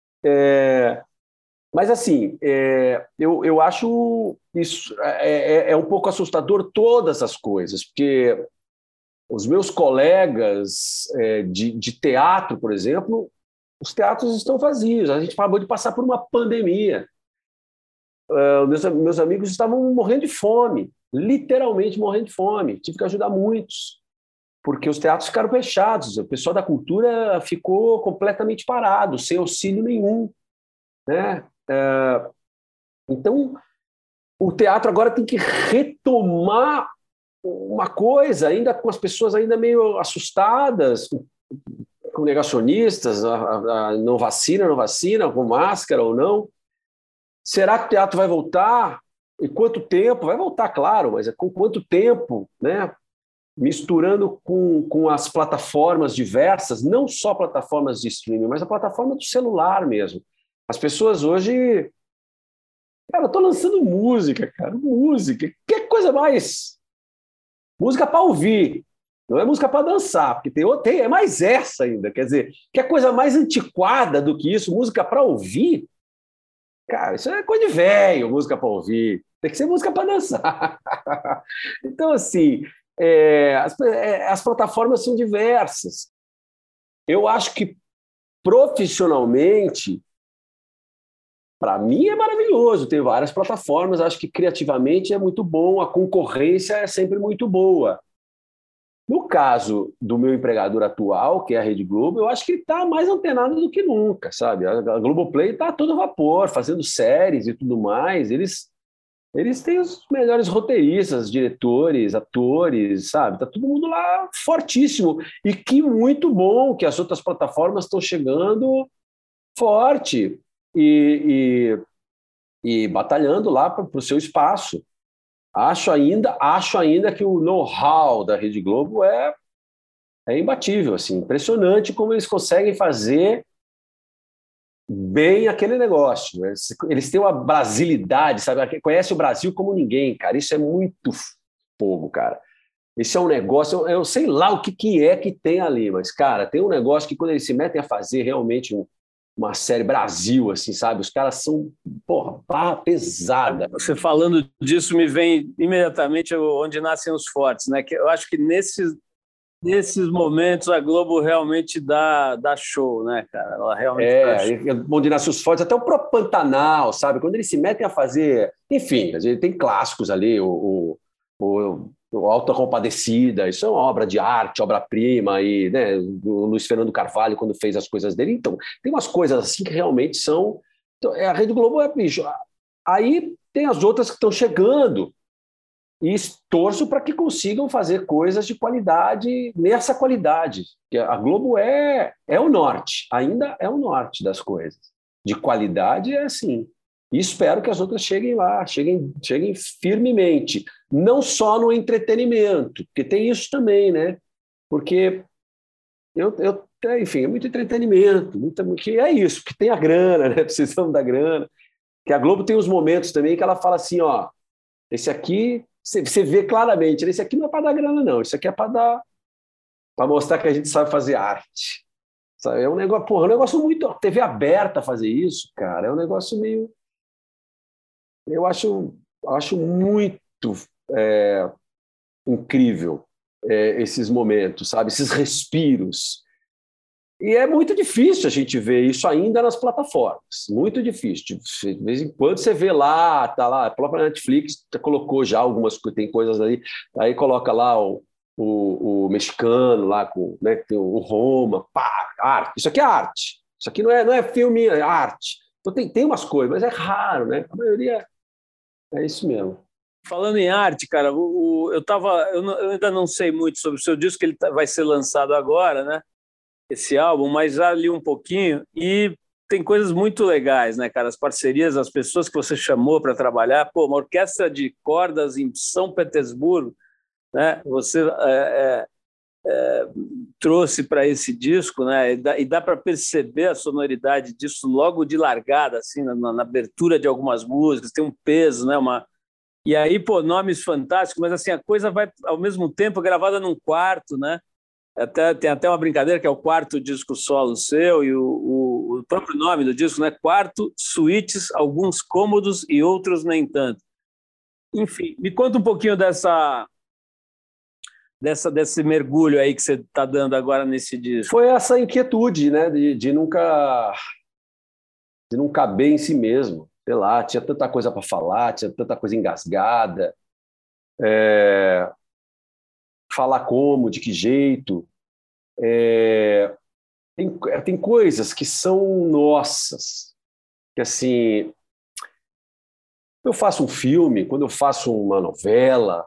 Mas, assim, eu acho isso um pouco assustador, todas as coisas, porque os meus colegas de teatro, por exemplo, os teatros estão vazios. A gente acabou de passar por uma pandemia. Meus amigos estavam morrendo de fome, literalmente morrendo de fome. Tive que ajudar muitos, porque os teatros ficaram fechados. O pessoal da cultura ficou completamente parado, sem auxílio nenhum, né? Então, o teatro agora tem que retomar uma coisa, ainda com as pessoas ainda meio assustadas, com negacionistas, não vacina, com máscara ou não. Será que o teatro vai voltar? E quanto tempo? Vai voltar, claro, mas com quanto tempo, né? Misturando com as plataformas diversas, não só plataformas de streaming, mas a plataforma do celular mesmo. As pessoas hoje... Cara, eu estou lançando música, cara, música. Que coisa mais... Música para ouvir, não é música para dançar, porque é mais essa ainda. Quer dizer, que coisa mais antiquada do que isso? Música para ouvir? Cara, isso é coisa de velho, música para ouvir. Tem que ser música para dançar. Então, assim, as plataformas são diversas. Eu acho que profissionalmente, para mim é maravilhoso. Tem várias plataformas, acho que criativamente é muito bom, a concorrência é sempre muito boa. No caso do meu empregador atual, que é a Rede Globo, eu acho que ele está mais antenado do que nunca, sabe? A Globoplay está a todo vapor, fazendo séries e tudo mais. Eles têm os melhores roteiristas, diretores, atores, sabe? Está todo mundo lá fortíssimo. E que muito bom que as outras plataformas estão chegando forte e batalhando lá para o seu espaço. Acho ainda que o know-how da Rede Globo é imbatível, assim, impressionante como eles conseguem fazer bem aquele negócio. Né? Eles têm uma brasilidade, sabe? Conhece o Brasil como ninguém, cara. Isso é muito fogo, cara. Isso é um negócio, eu sei lá o que é que tem ali, mas, cara, tem um negócio que quando eles se metem a fazer realmente uma série Brasil, assim, sabe? Os caras são, porra, barra pesada. Você falando disso me vem imediatamente onde nascem os fortes, né? Que eu acho que nesses momentos a Globo realmente dá show, né, cara? Ela realmente dá show. Onde nascem os fortes, até o próprio Pantanal, sabe? Quando eles se metem a fazer... Enfim, a gente tem clássicos ali, o Auto da Compadecida, isso é uma obra de arte, obra-prima, e né, o Luiz Fernando Carvalho, quando fez as coisas dele. Então, tem umas coisas assim que realmente são... Então, a Rede Globo é bicho. Aí tem as outras que estão chegando e torço para que consigam fazer coisas de qualidade, nessa qualidade. Que a Globo é o norte, ainda é o norte das coisas. De qualidade é assim. E espero que as outras cheguem lá, cheguem firmemente. Não só no entretenimento, porque tem isso também, né? Porque enfim, é muito entretenimento, que é isso, que tem a grana, né? Precisamos da grana. Que a Globo tem uns momentos também que ela fala assim, ó, esse aqui, você vê claramente, esse aqui não é para dar grana, não, esse aqui é para dar para mostrar que a gente sabe fazer arte. Sabe? É um negócio, porra, um negócio muito... TV aberta fazer isso, cara, é um negócio meio... Eu acho muito incrível esses momentos, sabe? Esses respiros. E é muito difícil a gente ver isso ainda nas plataformas. Muito difícil. De vez em quando você vê lá, tá lá, a própria Netflix colocou já algumas, tem coisas ali, aí coloca lá o mexicano lá, né, tem o Roma, pá, arte. Isso aqui é arte. Isso aqui não é filme, é arte. Então tem umas coisas, mas é raro, né? A maioria é isso mesmo. Falando em arte, cara, eu ainda não sei muito sobre o seu disco, que ele vai ser lançado agora, né? Esse álbum, mas já li um pouquinho e tem coisas muito legais, né, cara? As parcerias, as pessoas que você chamou para trabalhar, pô, uma orquestra de cordas em São Petersburgo, né? Você trouxe para esse disco, né? E dá para perceber a sonoridade disso logo de largada, assim, na abertura de algumas músicas, tem um peso, né? E aí, pô, nomes fantásticos, mas assim, a coisa vai ao mesmo tempo gravada num quarto, né? Tem até uma brincadeira que é o quarto disco solo seu e o próprio nome do disco, né? Quarto, suítes, alguns cômodos e outros nem tanto. Enfim, me conta um pouquinho desse mergulho aí que você está dando agora nesse disco. Foi essa inquietude, né? De não caber em si mesmo. Sei lá, tinha tanta coisa para falar, tinha tanta coisa engasgada. Falar como, de que jeito. Tem coisas que são nossas, que assim, eu faço um filme, quando eu faço uma novela,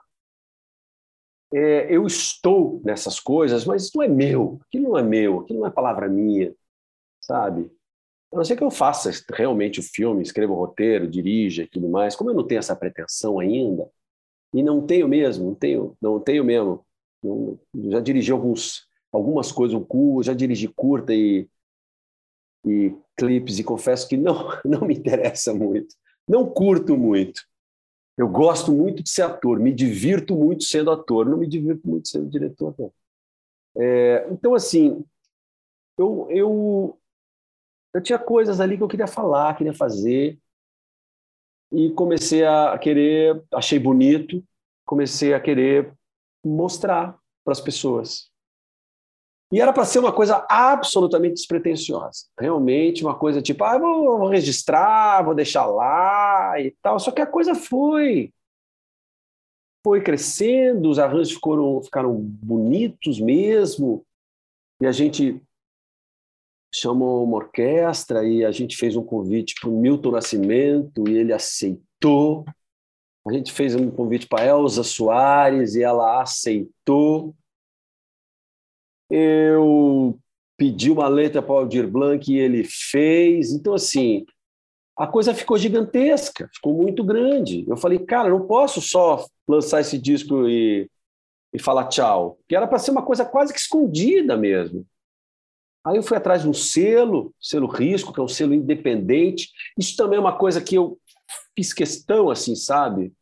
eu estou nessas coisas, mas isso não é meu, aquilo não é palavra minha, sabe? A não ser que eu faça realmente o filme, escreva o roteiro, dirija e tudo mais, como eu não tenho essa pretensão ainda, e não tenho mesmo, não tenho mesmo. Já dirigi algumas coisas, já dirigi curta e clipes, e confesso que não me interessa muito, não curto muito. Eu gosto muito de ser ator, me divirto muito sendo ator, não me divirto muito sendo diretor. Então, assim, eu tinha coisas ali que eu queria falar, queria fazer, e comecei a querer, achei bonito, comecei a querer mostrar para as pessoas. E era para ser uma coisa absolutamente despretensiosa. Realmente uma coisa tipo, vou registrar, vou deixar lá e tal. Só que a coisa foi crescendo, os arranjos ficaram bonitos mesmo. E a gente chamou uma orquestra e a gente fez um convite para o Milton Nascimento e ele aceitou. A gente fez um convite para a Elza Soares e ela aceitou. Eu pedi uma letra para o Aldir Blanc e ele fez. Então, assim, a coisa ficou gigantesca, ficou muito grande. Eu falei, cara, não posso só lançar esse disco e falar tchau, que era para ser uma coisa quase que escondida mesmo. Aí eu fui atrás de um selo Risco, que é um selo independente. Isso também é uma coisa que eu fiz questão, assim, sabe?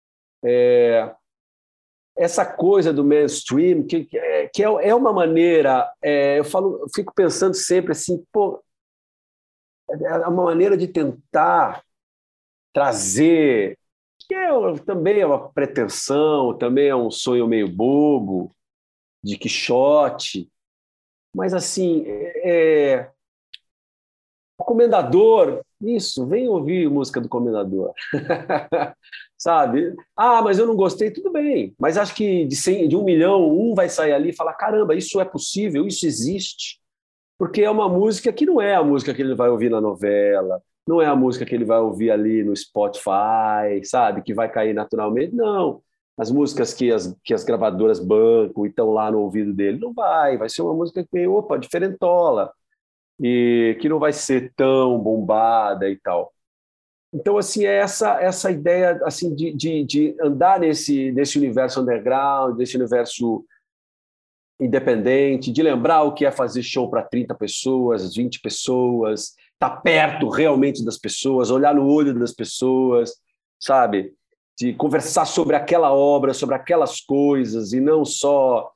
Essa coisa do mainstream, que é uma maneira, eu fico pensando sempre assim, pô, é uma maneira de tentar trazer, também é uma pretensão, também é um sonho meio bobo, de Quixote, mas assim, o Comendador, isso, vem ouvir música do Comendador. Sabe? Mas eu não gostei, tudo bem. Mas acho que de 1 milhão, um vai sair ali e falar, caramba, isso é possível, isso existe. Porque é uma música que não é a música que ele vai ouvir na novela, não é a música que ele vai ouvir ali no Spotify, sabe? Que vai cair naturalmente. Não. As músicas que as gravadoras bancam e estão lá no ouvido dele, não vai ser uma música que, opa, diferentola, e que não vai ser tão bombada e tal. Então, assim, é essa ideia assim, de andar nesse universo underground, nesse universo independente, de lembrar o que é fazer show para 30 pessoas, 20 pessoas, estar perto realmente das pessoas, olhar no olho das pessoas, sabe? De conversar sobre aquela obra, sobre aquelas coisas, e não só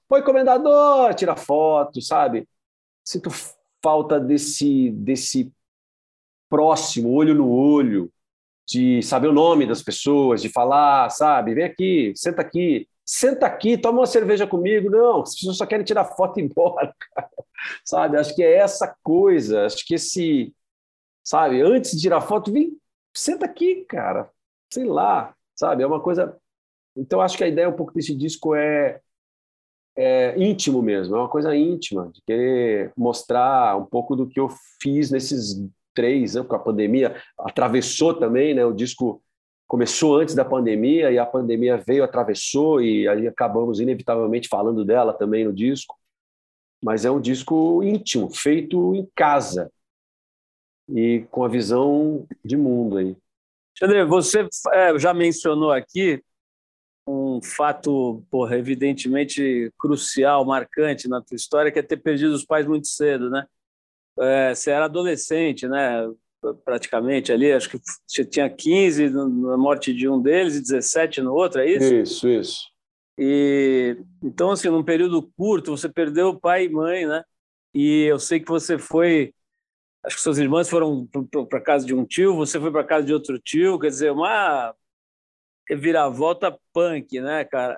Oi, comendador, tira foto, sabe? Sinto falta desse próximo, olho no olho, de saber o nome das pessoas, de falar, sabe? Vem aqui, senta aqui, toma uma cerveja comigo. Não, as pessoas só querem tirar foto e ir embora, sabe? Acho que é essa coisa, acho que sabe? Antes de tirar foto, vem, senta aqui, cara, sei lá, sabe? É uma coisa. Então, acho que a ideia um pouco desse disco é íntimo mesmo, é uma coisa íntima, de querer mostrar um pouco do que eu fiz nesses 3 anos, com a pandemia atravessou também, né? O disco começou antes da pandemia e a pandemia veio, atravessou e aí acabamos inevitavelmente falando dela também no disco, mas é um disco íntimo, feito em casa e com a visão de mundo aí. André, você já mencionou aqui um fato, porra, evidentemente crucial, marcante na tua história, que é ter perdido os pais muito cedo, né? Você era adolescente, né? Praticamente ali, acho que você tinha 15 na morte de um deles e 17 no outro, é isso? Isso. E então, assim, num período curto, você perdeu pai e mãe, né? E eu sei que você foi, acho que suas irmãs foram para casa de um tio, você foi para casa de outro tio, quer dizer, uma reviravolta punk, né, cara?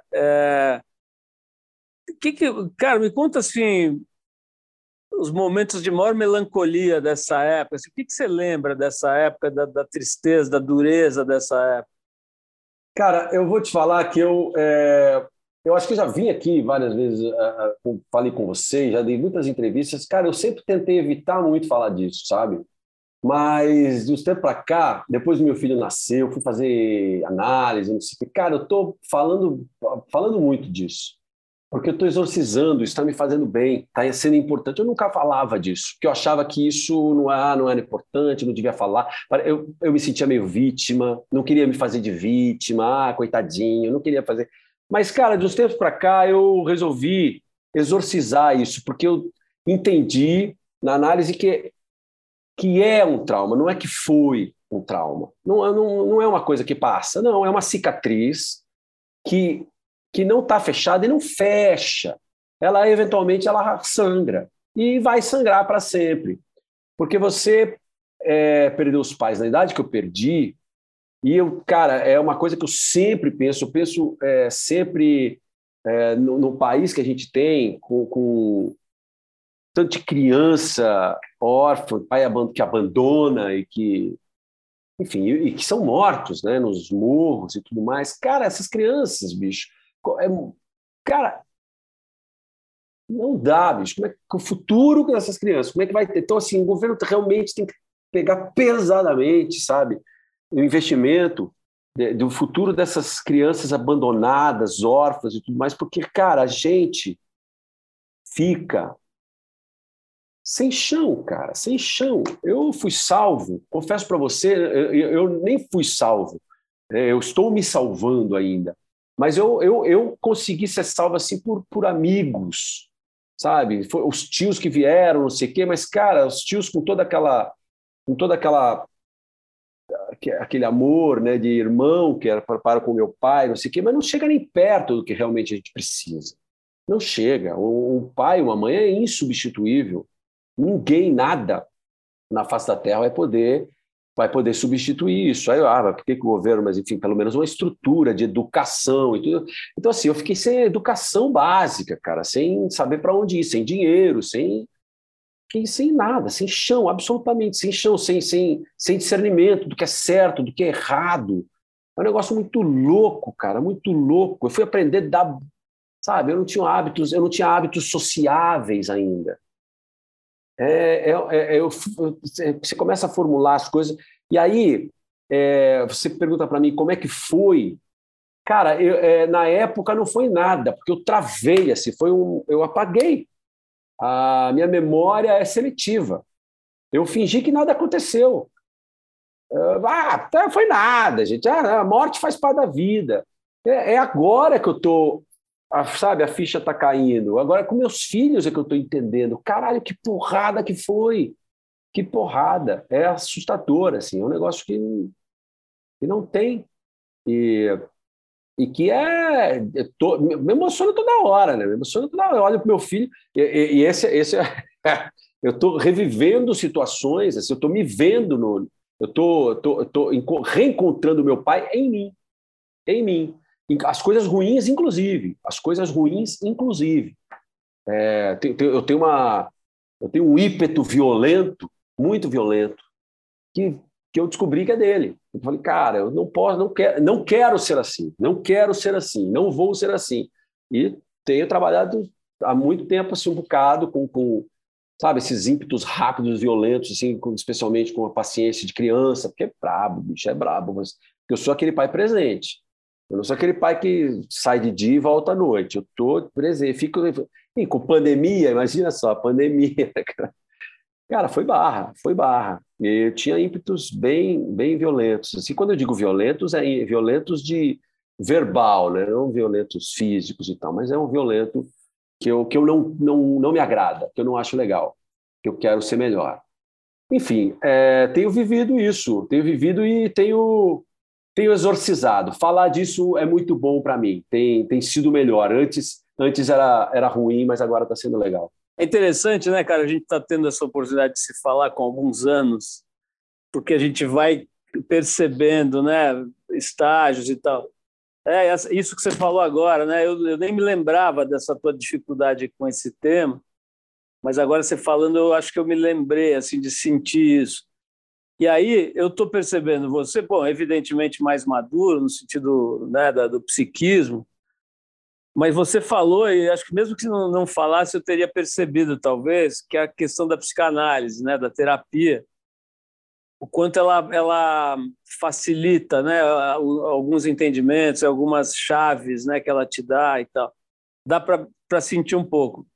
Cara, me conta assim, os momentos de maior melancolia dessa época. Assim, o que você lembra dessa época, da tristeza, da dureza dessa época? Cara, eu vou te falar que eu acho que eu já vim aqui várias vezes, falei com você, já dei muitas entrevistas. Cara, eu sempre tentei evitar muito falar disso, sabe? Mas de uns tempos para cá, depois do meu filho nasceu, eu fui fazer análise, não sei o quê. Cara, eu tô falando muito disso, porque eu estou exorcizando, isso está me fazendo bem, está sendo importante. Eu nunca falava disso, porque eu achava que isso não era importante, não devia falar. Eu me sentia meio vítima, não queria me fazer de vítima, coitadinho, não queria fazer. Mas, cara, de uns tempos para cá, eu resolvi exorcizar isso, porque eu entendi na análise que é um trauma, não é que foi um trauma. Não é uma coisa que passa, não, é uma cicatriz que, que não está fechada e não fecha. Ela, eventualmente, ela sangra e vai sangrar para sempre. Porque você perdeu os pais na idade que eu perdi, e eu, cara, é uma coisa que eu penso sempre no país que a gente tem, com tanto de criança órfã, pai que abandona e que, enfim, e que são mortos, né, nos morros e tudo mais. Cara, essas crianças, bicho, é, cara, não dá, bicho. Como é que o futuro dessas crianças? Como é que vai ter? Então, assim, o governo realmente tem que pegar pesadamente, sabe, o investimento do futuro dessas crianças abandonadas, órfãs e tudo mais, porque, cara, a gente fica sem chão, cara, sem chão. Eu fui salvo, confesso para você, eu nem fui salvo. Eu estou me salvando ainda. Mas eu consegui ser salvo assim por amigos, sabe? Os tios que vieram, não sei o quê, mas, cara, os tios com todo aquele amor, né, de irmão que era para com meu pai, não sei o quê, mas não chega nem perto do que realmente a gente precisa. Não chega. Um pai, uma mãe é insubstituível. Ninguém, nada na face da Terra vai poder substituir isso. Aí, mas por que o governo? Mas, enfim, pelo menos uma estrutura de educação e tudo. Então, assim, eu fiquei sem educação básica, cara, sem saber para onde ir, sem dinheiro, sem nada, sem chão, absolutamente, sem chão, sem discernimento do que é certo, do que é errado. É um negócio muito louco, cara, muito louco. Eu fui aprender a dar, sabe, eu não tinha hábitos sociáveis ainda. Você começa a formular as coisas, e aí você pergunta para mim como é que foi. Cara, na época não foi nada, porque eu travei, assim, eu apaguei. A minha memória é seletiva. Eu fingi que nada aconteceu. Foi nada, gente. A morte faz parte da vida. É agora que eu estou, sabe, a ficha está caindo. Agora com meus filhos é que eu estou entendendo. Caralho, que porrada que foi. Que porrada. É assustador, assim. É um negócio que não tem. E e que me emociona toda hora, né? Me emociona toda hora. Eu olho para o meu filho e esse eu estou revivendo situações, assim, eu estou me vendo eu estou reencontrando meu pai em mim. As coisas ruins, inclusive. As coisas ruins, inclusive. Eu tenho um ímpeto violento, muito violento, que eu descobri que é dele. Eu falei, cara, eu não posso, não quero ser assim, não quero ser assim, não vou ser assim. E tenho trabalhado há muito tempo assim, um bocado com sabe, esses ímpetos rápidos, violentos, assim, especialmente com a paciência de criança, porque é brabo, bicho, é brabo. Mas eu sou aquele pai presente. Eu não sou aquele pai que sai de dia e volta à noite. Eu estou presente. E com pandemia, imagina só, pandemia, cara, foi barra, foi barra. E eu tinha ímpetos bem violentos. Assim, quando eu digo violentos, é violentos de verbal, né? Não violentos físicos e tal, mas é um violento que eu não me agrada, que eu não acho legal, que eu quero ser melhor. Enfim, tenho vivido isso, tenho vivido e tenho exorcizado. Falar disso é muito bom para mim, tem sido melhor. Antes era ruim, mas agora está sendo legal. É interessante, né, cara? A gente está tendo essa oportunidade de se falar com alguns anos, porque a gente vai percebendo, né, estágios e tal. Isso que você falou agora, né? Eu nem me lembrava dessa tua dificuldade com esse tema, mas agora você falando, eu acho que eu me lembrei assim de sentir isso. E aí eu estou percebendo você, bom, evidentemente mais maduro no sentido, né, do psiquismo, mas você falou, e acho que mesmo que não falasse, eu teria percebido, talvez, que é a questão da psicanálise, né, da terapia, o quanto ela facilita, né, alguns entendimentos, algumas chaves, né, que ela te dá e tal. Dá para sentir um pouco.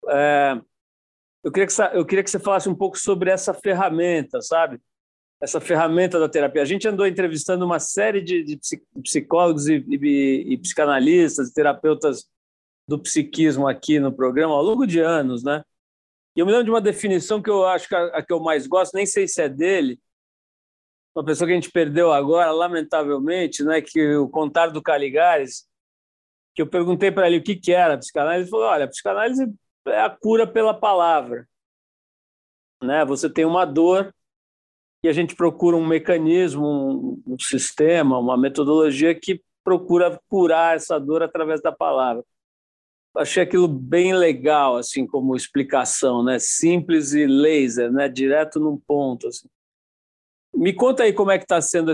Eu queria que você falasse um pouco sobre essa ferramenta, sabe? Essa ferramenta da terapia. A gente andou entrevistando uma série de psicólogos e psicanalistas, terapeutas do psiquismo aqui no programa ao longo de anos, né? E eu me lembro de uma definição que eu acho que a que eu mais gosto, nem sei se é dele, uma pessoa que a gente perdeu agora, lamentavelmente, né? Que o Contar do Caligares, que eu perguntei para ele o que era a psicanálise, ele falou: olha, a psicanálise é a cura pela palavra, né? Você tem uma dor e a gente procura um mecanismo, um sistema, uma metodologia que procura curar essa dor através da palavra. Achei aquilo bem legal, assim, como explicação, né? Simples e laser, né? Direto num ponto, assim. Me conta aí como é que está sendo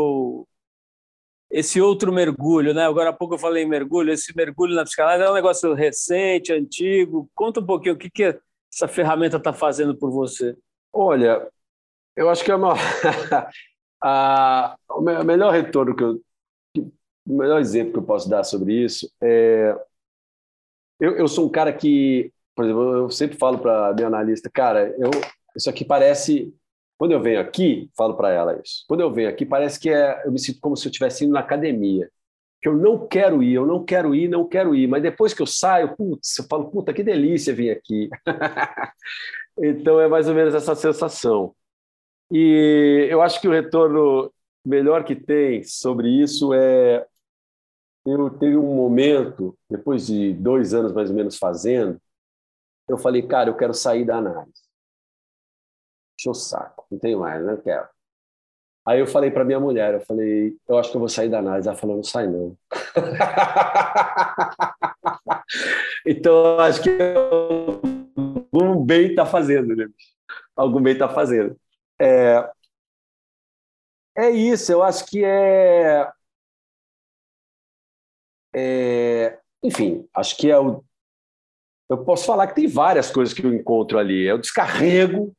esse outro mergulho, né? Agora há pouco eu falei em mergulho, esse mergulho na psicanálise é um negócio recente, antigo. Conta um pouquinho o que essa ferramenta está fazendo por você. Olha, eu acho que o melhor retorno o melhor exemplo que eu posso dar sobre isso eu sou um cara que, por exemplo, eu sempre falo para a minha analista, cara, isso aqui parece, quando eu venho aqui, falo para ela isso, quando eu venho aqui parece que eu me sinto como se eu estivesse indo na academia, que eu não quero ir, não quero ir, mas depois que eu saio, putz, eu falo, puta, que delícia vir aqui. Então é mais ou menos essa sensação. E eu acho que o retorno melhor que tem sobre isso eu teve um momento, depois de 2 anos mais ou menos fazendo, eu falei, cara, eu quero sair da análise. Encheu o saco, não tenho mais, não quero. Aí eu falei para minha mulher, eu acho que eu vou sair da análise. Ela falou, não sai não. Então, eu acho que algum bem está fazendo, né? Algum bem está fazendo. É isso, eu acho que enfim, acho que eu posso falar que tem várias coisas que eu encontro ali. É o descarrego,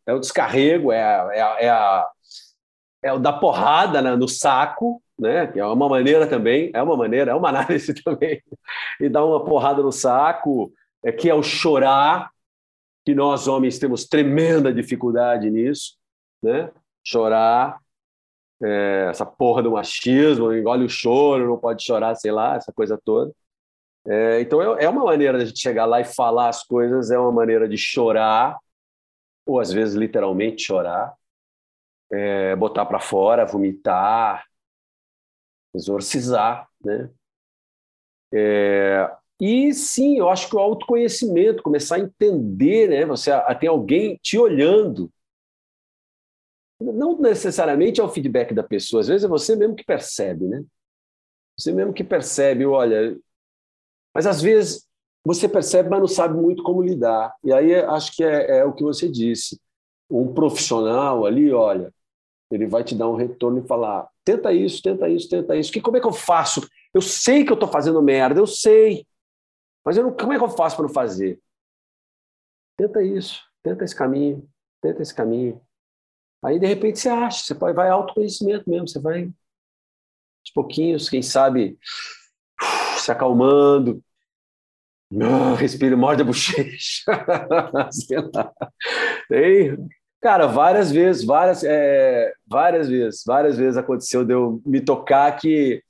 é o dar porrada no saco, né? Que é uma maneira também, é uma análise também, e dar uma porrada no saco, que é o chorar, que nós homens temos tremenda dificuldade nisso, né? Chorar, essa porra do machismo, engole o choro, não pode chorar, sei lá, essa coisa toda. Então é uma maneira de a gente chegar lá e falar as coisas, é uma maneira de chorar, ou às vezes literalmente chorar, botar para fora, vomitar, exorcizar, né? E sim, eu acho que o autoconhecimento, começar a entender, né? Você tem alguém te olhando. Não necessariamente é o feedback da pessoa, às vezes é você mesmo que percebe, né? Você mesmo que percebe, olha. Mas às vezes você percebe, mas não sabe muito como lidar. E aí acho que é o que você disse. Um profissional ali, olha, ele vai te dar um retorno e falar: tenta isso, tenta isso, tenta isso. Como é que eu faço? Eu sei que eu estou fazendo merda, eu sei. Mas como é que eu faço para não fazer? Tenta isso, tenta esse caminho, tenta esse caminho. Aí, de repente, você acha, vai autoconhecimento mesmo, você vai aos pouquinhos, quem sabe, se acalmando, respira, morde a bochecha. Sei lá. Tem, cara, várias vezes aconteceu de eu me tocar que,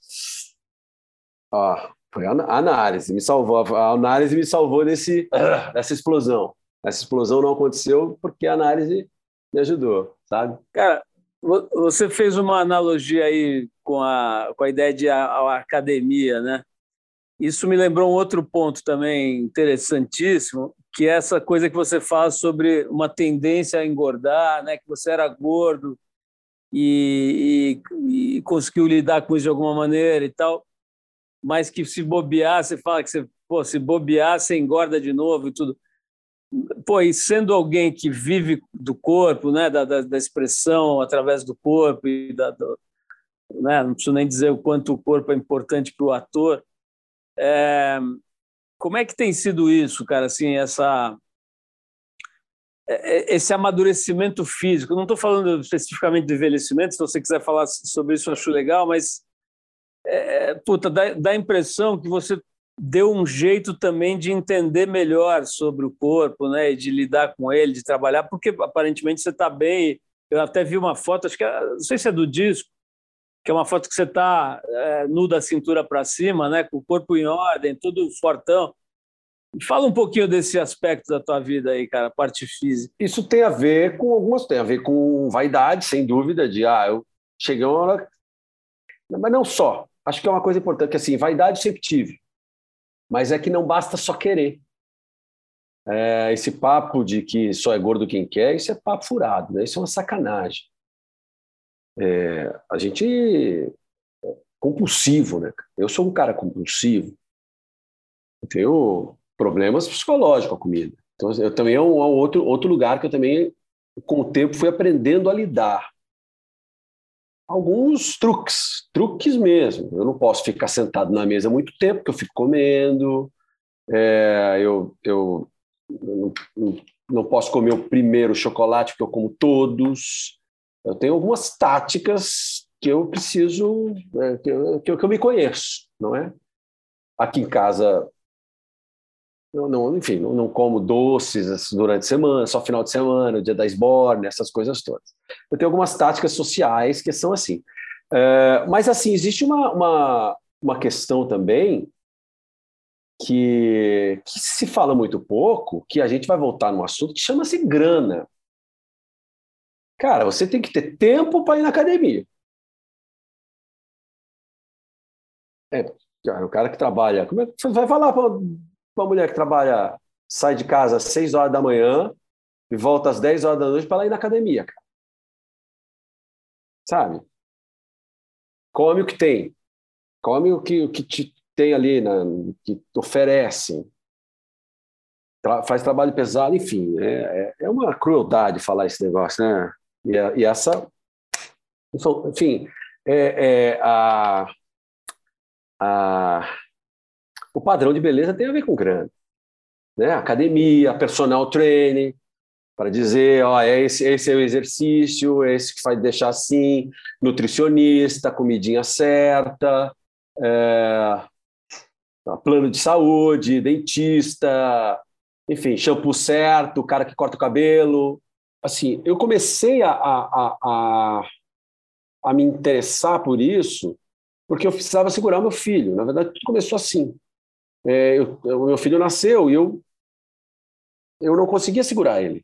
ó, foi a análise, me salvou, a análise me salvou dessa explosão. Essa explosão não aconteceu porque a análise me ajudou, sabe? Cara, você fez uma analogia aí com a ideia de ir à academia, né? Isso me lembrou um outro ponto também interessantíssimo, que é essa coisa que você fala sobre uma tendência a engordar, né? Que você era gordo e conseguiu lidar com isso de alguma maneira e tal, mas que se bobear, você fala que se bobear, você engorda de novo e tudo. Pô, e sendo alguém que vive do corpo, né, da expressão através do corpo, né, não preciso nem dizer o quanto o corpo é importante para o ator, como é que tem sido isso, cara, assim, esse amadurecimento físico? Eu não estou falando especificamente do envelhecimento, se você quiser falar sobre isso, eu acho legal, mas puta, dá a impressão que você deu um jeito também de entender melhor sobre o corpo, né, e de lidar com ele, de trabalhar, porque aparentemente você está bem. Eu até vi uma foto, acho que não sei se é do disco, que é uma foto que você está nu da cintura para cima, né, com o corpo em ordem, tudo fortão. Fala um pouquinho desse aspecto da tua vida aí, cara, a parte física. Isso tem a ver com vaidade, sem dúvida, eu cheguei uma hora, mas não só. Acho que é uma coisa importante, que assim, vaidade sempre tive, mas é que não basta só querer. Esse papo de que só é gordo quem quer, isso é papo furado, né? Isso é uma sacanagem. A gente é compulsivo, né? Eu sou um cara compulsivo, eu tenho problemas psicológicos com a comida. Então, eu também outro lugar que eu também, com o tempo, fui aprendendo a lidar. Alguns truques mesmo. Eu não posso ficar sentado na mesa muito tempo, porque eu fico comendo. Eu não posso comer o primeiro chocolate, porque eu como todos. Eu tenho algumas táticas que eu preciso, que eu me conheço, não é? Aqui em casa, enfim, não como doces durante a semana, só final de semana, o dia da esborne, essas coisas todas. Eu tenho algumas táticas sociais que são assim. Mas, assim, existe uma questão também que se fala muito pouco, que a gente vai voltar num assunto que chama-se grana. Cara, você tem que ter tempo para ir na academia. Cara, o cara que trabalha... Como é que você vai falar para uma mulher que trabalha, sai de casa às 6 horas da manhã e volta às 10 horas da noite para ir na academia, cara? Sabe? Come o que tem. Come o que te tem ali, que te oferecem. Faz trabalho pesado, enfim. É uma crueldade falar esse negócio, né? E essa... Enfim, o padrão de beleza tem a ver com grana, né? Academia, personal training, para dizer, ó, esse é o exercício, é esse que vai deixar assim, nutricionista, comidinha certa, plano de saúde, dentista, enfim, shampoo certo, o cara que corta o cabelo. Assim, eu comecei a me interessar por isso porque eu precisava segurar meu filho. Na verdade, tudo começou assim. O meu filho nasceu e eu não conseguia segurar ele.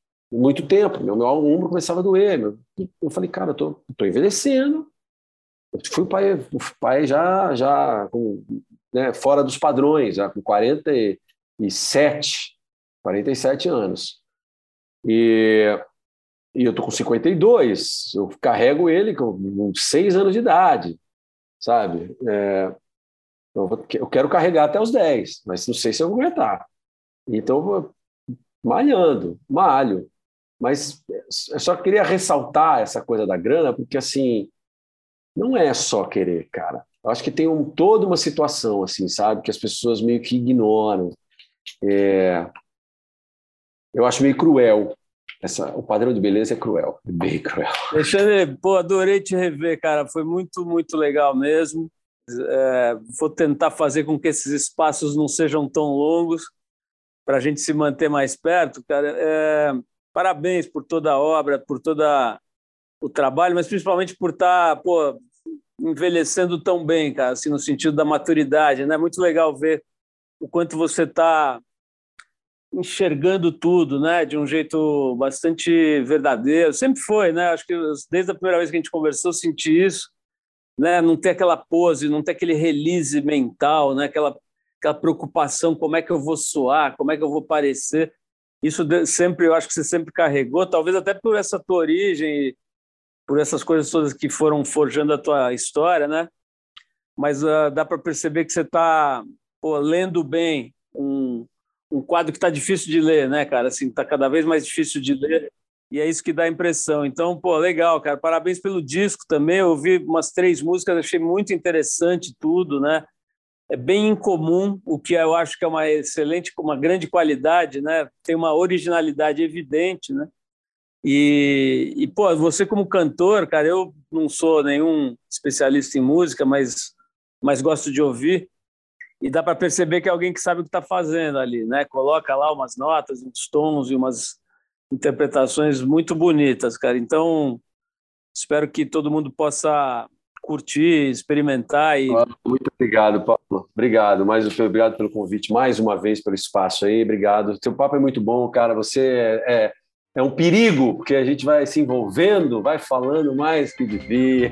Muito tempo, meu ombro começava a doer. Eu falei, cara, eu tô envelhecendo, fui pai já com, né, fora dos padrões, já com 47 anos. E eu tô com 52, eu carrego ele com 6 anos de idade, sabe? Eu quero carregar até os 10, mas não sei se eu vou aguentar. Então, malho. Mas eu só queria ressaltar essa coisa da grana, porque, assim, não é só querer, cara. Eu acho que tem toda uma situação, assim, sabe? Que as pessoas meio que ignoram. Eu acho meio cruel. O padrão de beleza é cruel, é bem cruel. Alexandre, pô, adorei te rever, cara. Foi muito, muito legal mesmo. Vou tentar fazer com que esses espaços não sejam tão longos para a gente se manter mais perto, cara. Parabéns por toda a obra, por todo o trabalho, mas principalmente por estar, envelhecendo tão bem, cara, assim, no sentido da maturidade, né? Muito legal ver o quanto você está enxergando tudo, né, de um jeito bastante verdadeiro. Sempre foi, né? Acho que desde a primeira vez que a gente conversou, eu senti isso, né? Não ter aquela pose, não ter aquele release mental, né? Aquela preocupação, como é que eu vou soar, como é que eu vou parecer. Isso sempre, eu acho que você sempre carregou, talvez até por essa tua origem, por essas coisas todas que foram forjando a tua história, né? Mas dá para perceber que você está lendo bem um quadro que está difícil de ler, né, cara? Assim, está cada vez mais difícil de ler e é isso que dá a impressão. Então, legal, cara. Parabéns pelo disco também. Eu ouvi umas 3 músicas, achei muito interessante tudo, né? É bem incomum, o que eu acho que é uma grande qualidade, né? Tem uma originalidade evidente, né? E você como cantor, cara, eu não sou nenhum especialista em música, mas gosto de ouvir. E dá para perceber que é alguém que sabe o que está fazendo ali, né? Coloca lá umas notas, uns tons e umas interpretações muito bonitas, cara. Então, espero que todo mundo possa curtir, experimentar. Muito obrigado, Paulo. Obrigado. Obrigado pelo convite, mais uma vez, pelo espaço aí. Obrigado. Seu papo é muito bom, cara. Você é um perigo, porque a gente vai se envolvendo, vai falando mais que devia.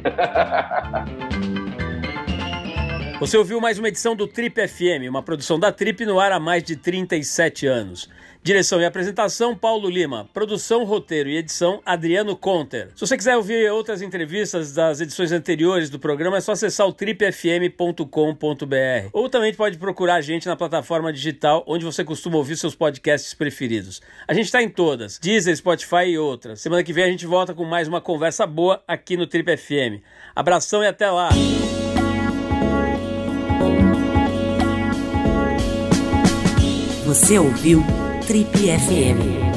Você ouviu mais uma edição do Trip FM, uma produção da Trip no ar há mais de 37 anos. Direção e apresentação, Paulo Lima. Produção, roteiro e edição, Adriano Conter. Se você quiser ouvir outras entrevistas das edições anteriores do programa, é só acessar o tripfm.com.br. Ou também pode procurar a gente na plataforma digital onde você costuma ouvir seus podcasts preferidos. A gente está em todas, Deezer, Spotify e outras. Semana que vem a gente volta com mais uma conversa boa aqui no Trip FM. Abração e até lá! Você ouviu Trip FM.